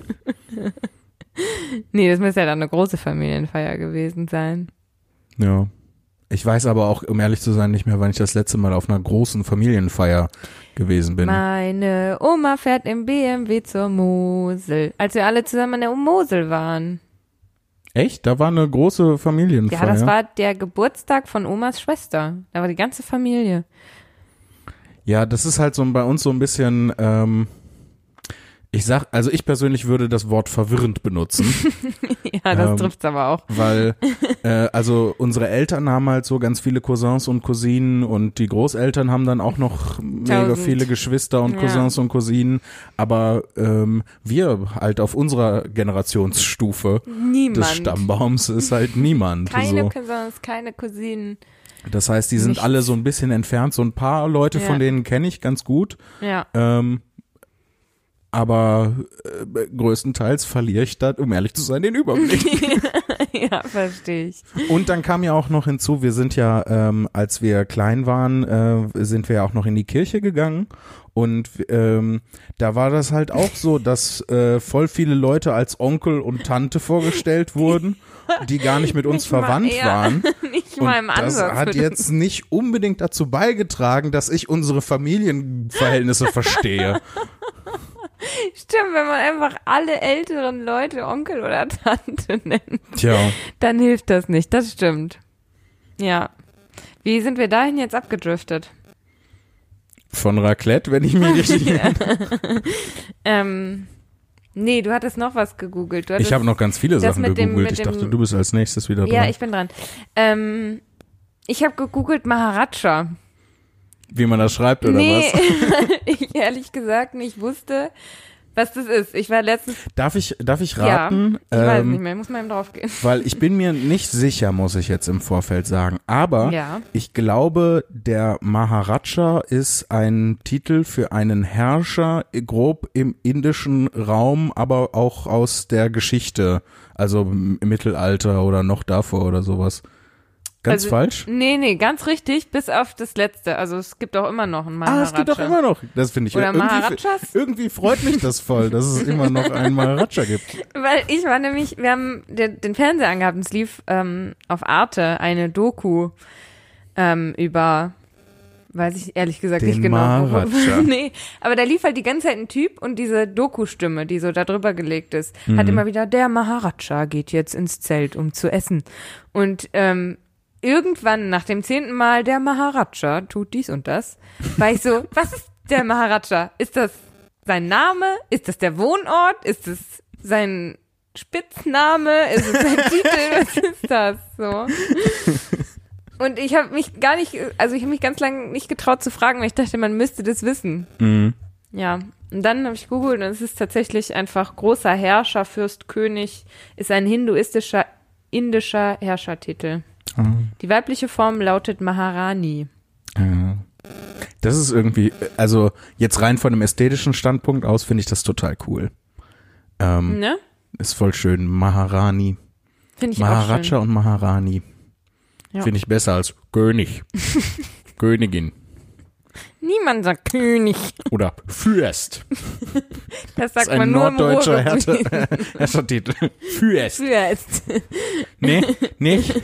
Nee, das müsste ja dann eine große Familienfeier gewesen sein. Ja. Ich weiß aber auch, um ehrlich zu sein, nicht mehr, wann ich das letzte Mal auf einer großen Familienfeier gewesen bin. Meine Oma fährt im B M W zur Mosel, als wir alle zusammen an der Mosel waren. Echt? Da war eine große Familienfeier? Ja, das war der Geburtstag von Omas Schwester. Da war die ganze Familie. Ja, das ist halt so bei uns so ein bisschen, ähm, Ich sag, also ich persönlich würde das Wort verwirrend benutzen. Ja, das ähm, trifft's aber auch. Weil, äh, also unsere Eltern haben halt so ganz viele Cousins und Cousinen und die Großeltern haben dann auch noch mega Tausend. viele Geschwister und Ja. Cousins und Cousinen. Aber ähm, wir halt auf unserer Generationsstufe Niemand. des Stammbaums ist halt niemand. Keine so. Cousins, keine Cousinen. Das heißt, die sind Nichts. alle so ein bisschen entfernt. So ein paar Leute Ja. von denen kenne ich ganz gut. Ja. Ähm, aber äh, größtenteils verliere ich da, um ehrlich zu sein, den Überblick. Ja, verstehe ich. Und dann kam ja auch noch hinzu, wir sind ja, ähm, als wir klein waren, äh, sind wir ja auch noch in die Kirche gegangen. Und ähm, da war das halt auch so, dass äh, voll viele Leute als Onkel und Tante vorgestellt wurden, die gar nicht mit uns Nicht mal- verwandt ja, waren. Nicht Und mal im das Ansatz. hat jetzt nicht unbedingt dazu beigetragen, dass ich unsere Familienverhältnisse verstehe. Stimmt, wenn man einfach alle älteren Leute Onkel oder Tante nennt, Tja, dann hilft das nicht. Das stimmt. Ja. Wie sind wir dahin jetzt abgedriftet? von Raclette, wenn ich mich richtig erinnere. Ähm, nee, du hattest noch was gegoogelt. Du hattest, Ich habe noch ganz viele das Sachen mit dem- gegoogelt. mit Ich dem- dachte, du bist als nächstes wieder dran. Ja, ich bin dran. Ähm, ich habe gegoogelt Maharaja. Wie man das schreibt oder nee, was? ich ehrlich gesagt nicht wusste, was das ist. Ich war letztens, Darf ich, darf ich raten? ja, ich weiß Ähm, nicht mehr, muss mal eben drauf gehen. Weil ich bin mir nicht sicher, muss ich jetzt im Vorfeld sagen. Aber Ja. ich glaube, der Maharaja ist ein Titel für einen Herrscher, grob im indischen Raum, aber auch aus der Geschichte. Also im Mittelalter oder noch davor oder sowas. Ganz Also, falsch? Nee, nee, ganz richtig, bis auf das letzte. Also es gibt auch immer noch einen Maharaja. Ah, es gibt doch immer noch. Das finde ich Oder irgendwie, Maharajas? irgendwie freut mich das voll, dass es immer noch einen Maharaja gibt. Weil ich war nämlich, wir haben den, den Fernseher angehabt und es lief ähm, auf Arte eine Doku ähm, über, weiß ich ehrlich gesagt Den nicht genau. Maharaja. Nee, aber da lief halt die ganze Zeit ein Typ und diese Doku-Stimme, die so da drüber gelegt ist, Mhm. hat immer wieder, der Maharaja geht jetzt ins Zelt, um zu essen. Und ähm, irgendwann nach dem zehnten Mal, der Maharaja tut dies und das, war ich so, was ist der Maharaja? Ist das sein Name? Ist das der Wohnort? Ist es sein Spitzname? Ist es sein Titel? Was ist das? So. Und ich habe mich gar nicht, also ich habe mich ganz lange nicht getraut zu fragen, weil ich dachte, man müsste das wissen. Mhm. Ja, und dann habe ich gegoogelt und es ist tatsächlich einfach großer Herrscher, Fürst, König, ist ein hinduistischer, indischer Herrschertitel. Die weibliche Form lautet Maharani. Ja. Das ist irgendwie, also jetzt rein von einem ästhetischen Standpunkt aus finde ich das total cool. Ähm, Ne? Ist voll schön. Maharani. Finde ich auch Maharaja schön. und Maharani. Ja. Finde ich besser als König. Königin. Niemand sagt König. Oder Fürst. Das Das sagt ist ein man nur im norddeutscher Ruhrgebiet. Herrscher- Herrschertitel. Fürst. Fürst. Nee, nicht?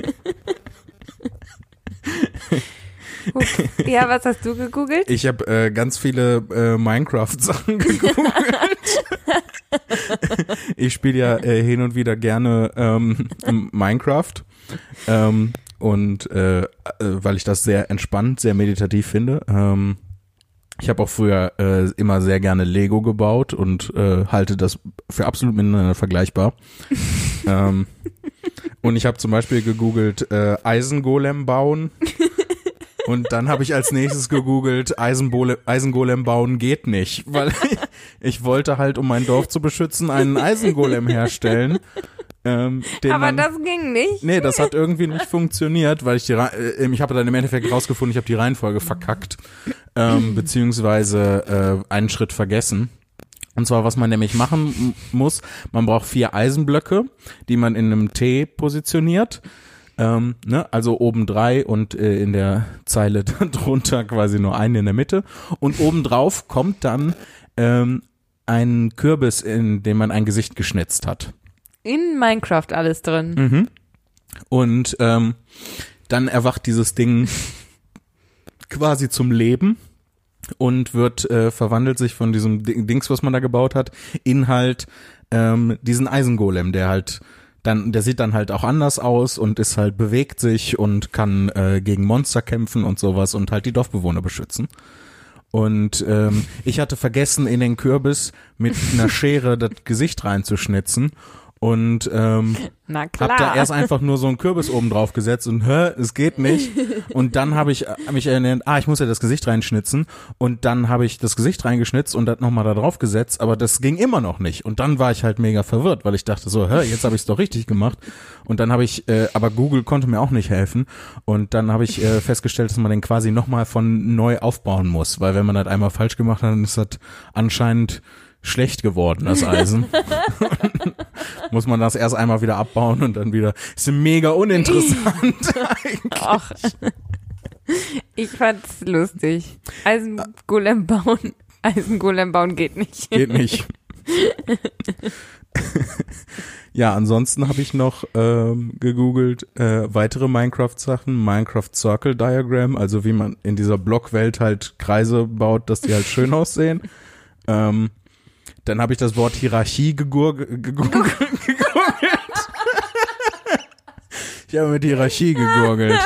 Okay. Ja, was hast du gegoogelt? Ich habe äh, ganz viele äh, Minecraft-Sachen gegoogelt. Ich spiele ja äh, hin und wieder gerne ähm, Minecraft. Ähm, und äh, äh, weil ich das sehr entspannt, sehr meditativ finde. Ähm, ich habe auch früher äh, immer sehr gerne Lego gebaut und äh, halte das für absolut miteinander vergleichbar. ähm, und ich habe zum Beispiel gegoogelt, äh, Eisengolem bauen. Und dann habe ich als nächstes gegoogelt, Eisenbole, Eisengolem bauen geht nicht, weil ich, ich wollte halt, um mein Dorf zu beschützen, einen Eisengolem herstellen. Ähm, den Aber man, das ging nicht. Nee, das hat irgendwie nicht funktioniert, weil ich die, äh, ich habe dann im Endeffekt rausgefunden, ich habe die Reihenfolge verkackt, ähm, beziehungsweise äh, einen Schritt vergessen. Und zwar, was man nämlich machen m- muss, man braucht vier Eisenblöcke, die man in einem T positioniert. Ähm, ne, also oben drei und äh, in der Zeile drunter quasi nur einen in der Mitte. Und obendrauf kommt dann ähm, ein Kürbis, in dem man ein Gesicht geschnitzt hat. In Minecraft alles drin. Mhm. Und ähm, dann erwacht dieses Ding quasi zum Leben und wird äh, verwandelt sich von diesem Dings, was man da gebaut hat, in halt ähm, diesen Eisengolem, der halt dann, der sieht dann halt auch anders aus und ist halt, bewegt sich und kann äh, gegen Monster kämpfen und sowas und halt die Dorfbewohner beschützen. Und ähm, ich hatte vergessen, in den Kürbis mit einer Schere das Gesicht reinzuschnitzen. Und ähm, Na klar. hab da erst einfach nur so einen Kürbis oben drauf gesetzt und hä, es geht nicht. Und dann habe ich mich erinnert, ah, ich muss ja das Gesicht reinschnitzen. Und dann habe ich das Gesicht reingeschnitzt und das nochmal da drauf gesetzt, aber das ging immer noch nicht. Und dann war ich halt mega verwirrt, weil ich dachte so, hä, jetzt habe ich es doch richtig gemacht. Und dann habe ich, äh, aber Google konnte mir auch nicht helfen. Und dann habe ich äh, festgestellt, dass man den quasi nochmal von neu aufbauen muss. Weil wenn man das einmal falsch gemacht hat, dann ist das anscheinend schlecht geworden, das Eisen. Muss man das erst einmal wieder abbauen und dann wieder. Ist mega uninteressant eigentlich. Ach, ich fand's lustig. Eisengolem bauen. Eisengolem bauen geht nicht. Geht nicht. Ja, ansonsten habe ich noch ähm, gegoogelt äh, weitere Minecraft-Sachen. Minecraft Circle Diagram, also wie man in dieser Blockwelt halt Kreise baut, dass die halt schön aussehen. Ähm, Dann habe ich das Wort Hierarchie gegurg- gegoogelt. Ich habe mit Hierarchie gegurgelt.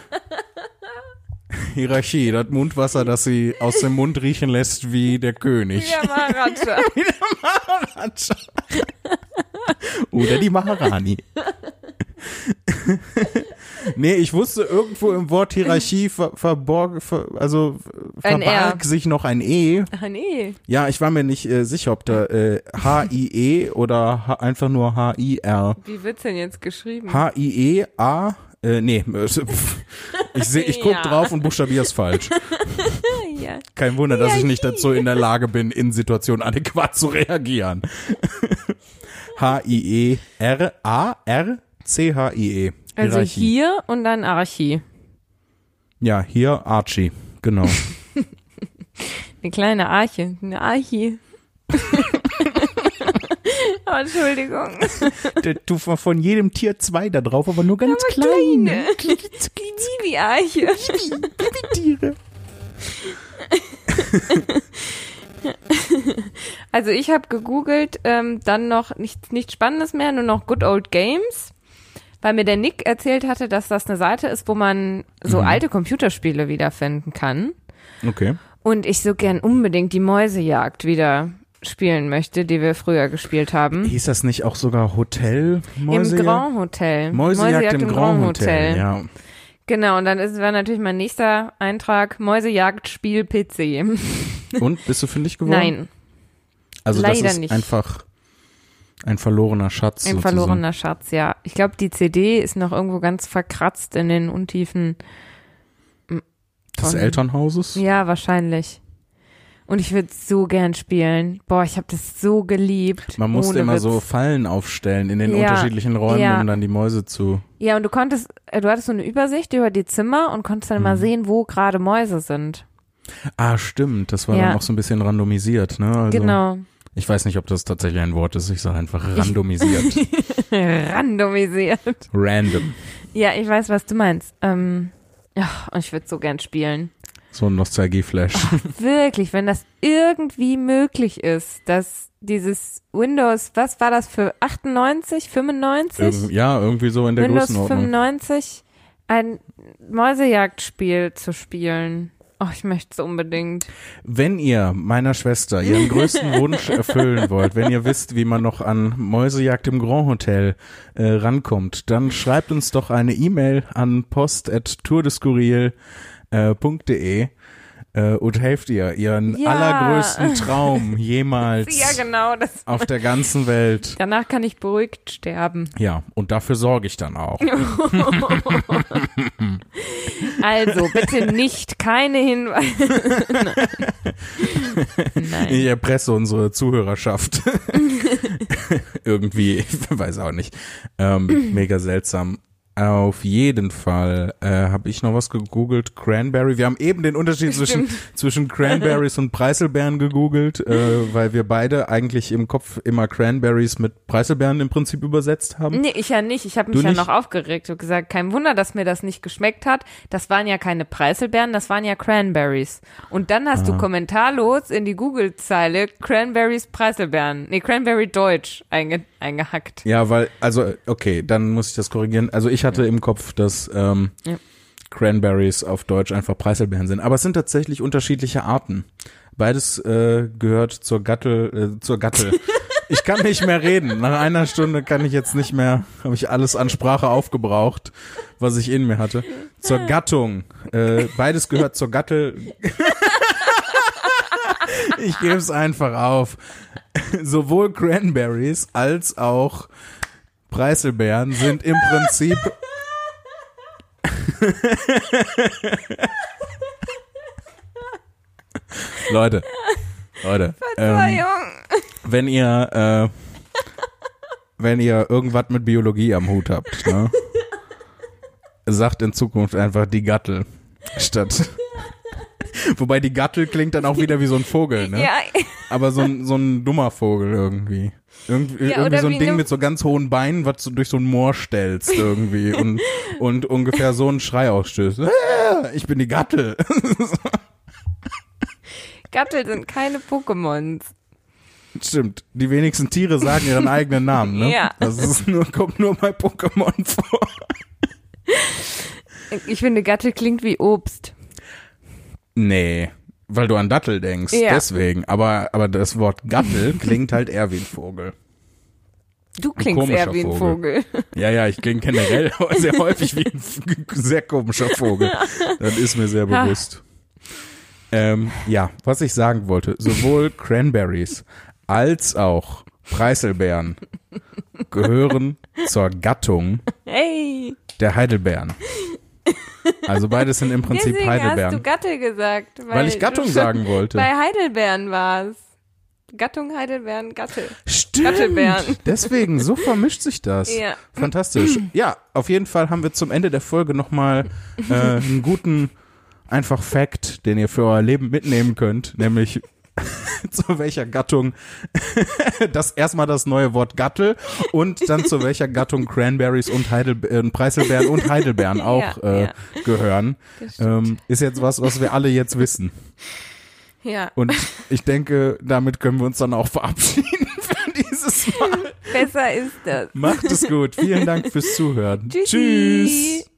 Hierarchie, das Mundwasser, das sie aus dem Mund riechen lässt wie der König. Ja, Maharaja. Wie der Maharaja. Oder die Maharani. Nee, ich wusste, irgendwo im Wort Hierarchie ver, verborg, ver, also Ein verbarg R. sich noch ein E. Ach nee. Ja, ich war mir nicht äh, sicher, ob da äh, H I E oder H, einfach nur H I R. Wie wird's denn jetzt geschrieben? H I E A, äh, nee, ich seh, ich guck Ja. drauf und buchstabiere es falsch. Ja. Kein Wunder, dass ich nicht dazu in der Lage bin, in Situationen adäquat zu reagieren. H I E R A R C H I E. Also Hierarchie. hier und dann Archie. Ja, hier Archie, genau. Eine kleine Arche. Eine Archie. Oh, Entschuldigung. Du von jedem Tier zwei da drauf, aber nur ganz Aber kleine. kleine. Die Arche. Tiere. Also ich habe gegoogelt, ähm, dann noch nichts nicht Spannendes mehr, nur noch Good Old Games, weil mir der Nick erzählt hatte, dass das eine Seite ist, wo man so Mhm. alte Computerspiele wiederfinden kann. Okay. Und ich so gern unbedingt die Mäusejagd wieder spielen möchte, die wir früher gespielt haben. Hieß das nicht auch sogar Hotel? Im Mäusejagd? Grand Hotel. Mäusejagd im Grand Hotel, ja. Genau, und dann ist, war natürlich mein nächster Eintrag Mäusejagd Spiel P C. Und, bist du fündig geworden? Nein, Also leider das ist nicht. einfach ein verlorener Schatz. ein sozusagen. verlorener Schatz, ja. Ich glaube, die C D ist noch irgendwo ganz verkratzt in den Untiefen. Des von- Elternhauses? Ja, wahrscheinlich. Und ich würde so gern spielen. Boah, ich habe das so geliebt. Man musste Ohne immer Witz. so Fallen aufstellen in den Ja, unterschiedlichen Räumen, ja. um dann die Mäuse zu... Ja, und du konntest, äh, du hattest so eine Übersicht über die Zimmer und konntest dann immer Mhm. sehen, wo gerade Mäuse sind. Ah, stimmt. Das war Ja. dann auch so ein bisschen randomisiert, ne? Also, Genau. Ich weiß nicht, ob das tatsächlich ein Wort ist. Ich sage einfach randomisiert. Randomisiert. Random. Ja, ich weiß, was du meinst. Ähm, ja, und ich würde so gern spielen. So ein Nostalgie-Flash. Wirklich, wenn das irgendwie möglich ist, dass dieses Windows, was war das für achtundneunzig, fünfundneunzig? Irgend, ja, irgendwie so in der Windows Größenordnung. fünfundneunzig, ein Mäusejagdspiel zu spielen. Oh, ich möchte es unbedingt. Wenn ihr meiner Schwester ihren größten Wunsch erfüllen wollt, wenn ihr wisst, wie man noch an Mäusejagd im Grand Hotel äh, rankommt, dann schreibt uns doch eine E-Mail an post at tourdeskurril punkt de äh, und helft ihr ihren Ja. allergrößten Traum jemals Ja, genau. Das, auf der ganzen Welt. danach kann ich beruhigt sterben. Ja, und dafür sorge ich dann auch. Also, bitte nicht, keine Hinweise. Nein. Ich erpresse unsere Zuhörerschaft. Irgendwie, ich weiß auch nicht. Ähm, mega seltsam. Auf jeden Fall äh, habe ich noch was gegoogelt. Cranberry. Wir haben eben den Unterschied zwischen, zwischen Cranberries und Preiselbeeren gegoogelt, äh, weil wir beide eigentlich im Kopf immer Cranberries mit Preiselbeeren im Prinzip übersetzt haben. Nee, ich ja nicht. Ich habe mich Du ja nicht? noch aufgeregt und gesagt, kein Wunder, dass mir das nicht geschmeckt hat. Das waren ja keine Preiselbeeren, das waren ja Cranberries. Und dann hast Ah. du kommentarlos in die Google-Zeile Cranberries Preiselbeeren, nee, Cranberry Deutsch einge eingehackt. Ja, weil, also, okay, dann muss ich das korrigieren. Also ich hatte im Kopf, dass ähm, Ja. Cranberries auf Deutsch einfach Preiselbeeren sind. Aber es sind tatsächlich unterschiedliche Arten. Beides äh, gehört zur Gattel, äh, zur Gattel. Ich kann nicht mehr reden. Nach einer Stunde kann ich jetzt nicht mehr, habe ich alles an Sprache aufgebraucht, was ich in mir hatte. Zur Gattung. Äh, beides gehört zur Gattel. Ich gebe es einfach auf. Sowohl Cranberries als auch Preiselbeeren sind im Prinzip Leute, Leute, ähm, wenn ihr äh, wenn ihr irgendwas mit Biologie am Hut habt, ne, sagt in Zukunft einfach die Gattel statt. Wobei die Gattel klingt dann auch wieder wie so ein Vogel, ne? Ja. Aber so ein, so ein dummer Vogel irgendwie. Irgendwie, Ja, irgendwie so ein wie Ding ne- mit so ganz hohen Beinen, was du durch so ein Moor stellst irgendwie und, und ungefähr so einen Schrei ausstößt. Ich bin die Gattel. Gattel sind keine Pokémons. Stimmt. Die wenigsten Tiere sagen ihren eigenen Namen, ne? Ja. Das ist nur, kommt nur bei Pokémon vor. Ich finde, Gattel klingt wie Obst. Nee, weil du an Dattel denkst, Ja. deswegen. Aber, aber das Wort Gattel klingt halt eher wie ein Vogel. Du klingst komischer eher wie ein Vogel. Ja, ja, ich klinge generell sehr häufig wie ein sehr komischer Vogel. Das ist mir sehr bewusst. Ähm, ja, was ich sagen wollte, sowohl Cranberries als auch Preiselbeeren gehören zur Gattung Hey, der Heidelbeeren. Also beides sind im Prinzip deswegen hast du Heidelbeeren. Gattel gesagt. Weil, Weil ich Gattung du sagen wollte. Bei Heidelbeeren war's. Gattung, Heidelbeeren, Gattel. Stimmt. Gattelbeeren. Deswegen, so vermischt sich das. Ja. Fantastisch. Ja, auf jeden Fall haben wir zum Ende der Folge nochmal äh, einen guten, einfach Fact, den ihr für euer Leben mitnehmen könnt, nämlich zu welcher Gattung das erstmal das neue Wort Gattel und dann zu welcher Gattung Cranberries und Heidel, äh, Preiselbeeren und Heidelbeeren auch Ja, äh, ja. gehören. Das stimmt. Ähm, ist jetzt was, was wir alle jetzt wissen. Ja, Und ich denke, damit können wir uns dann auch verabschieden für dieses Mal. besser ist das. Macht es gut. Vielen Dank fürs Zuhören. Tschüssi. Tschüss.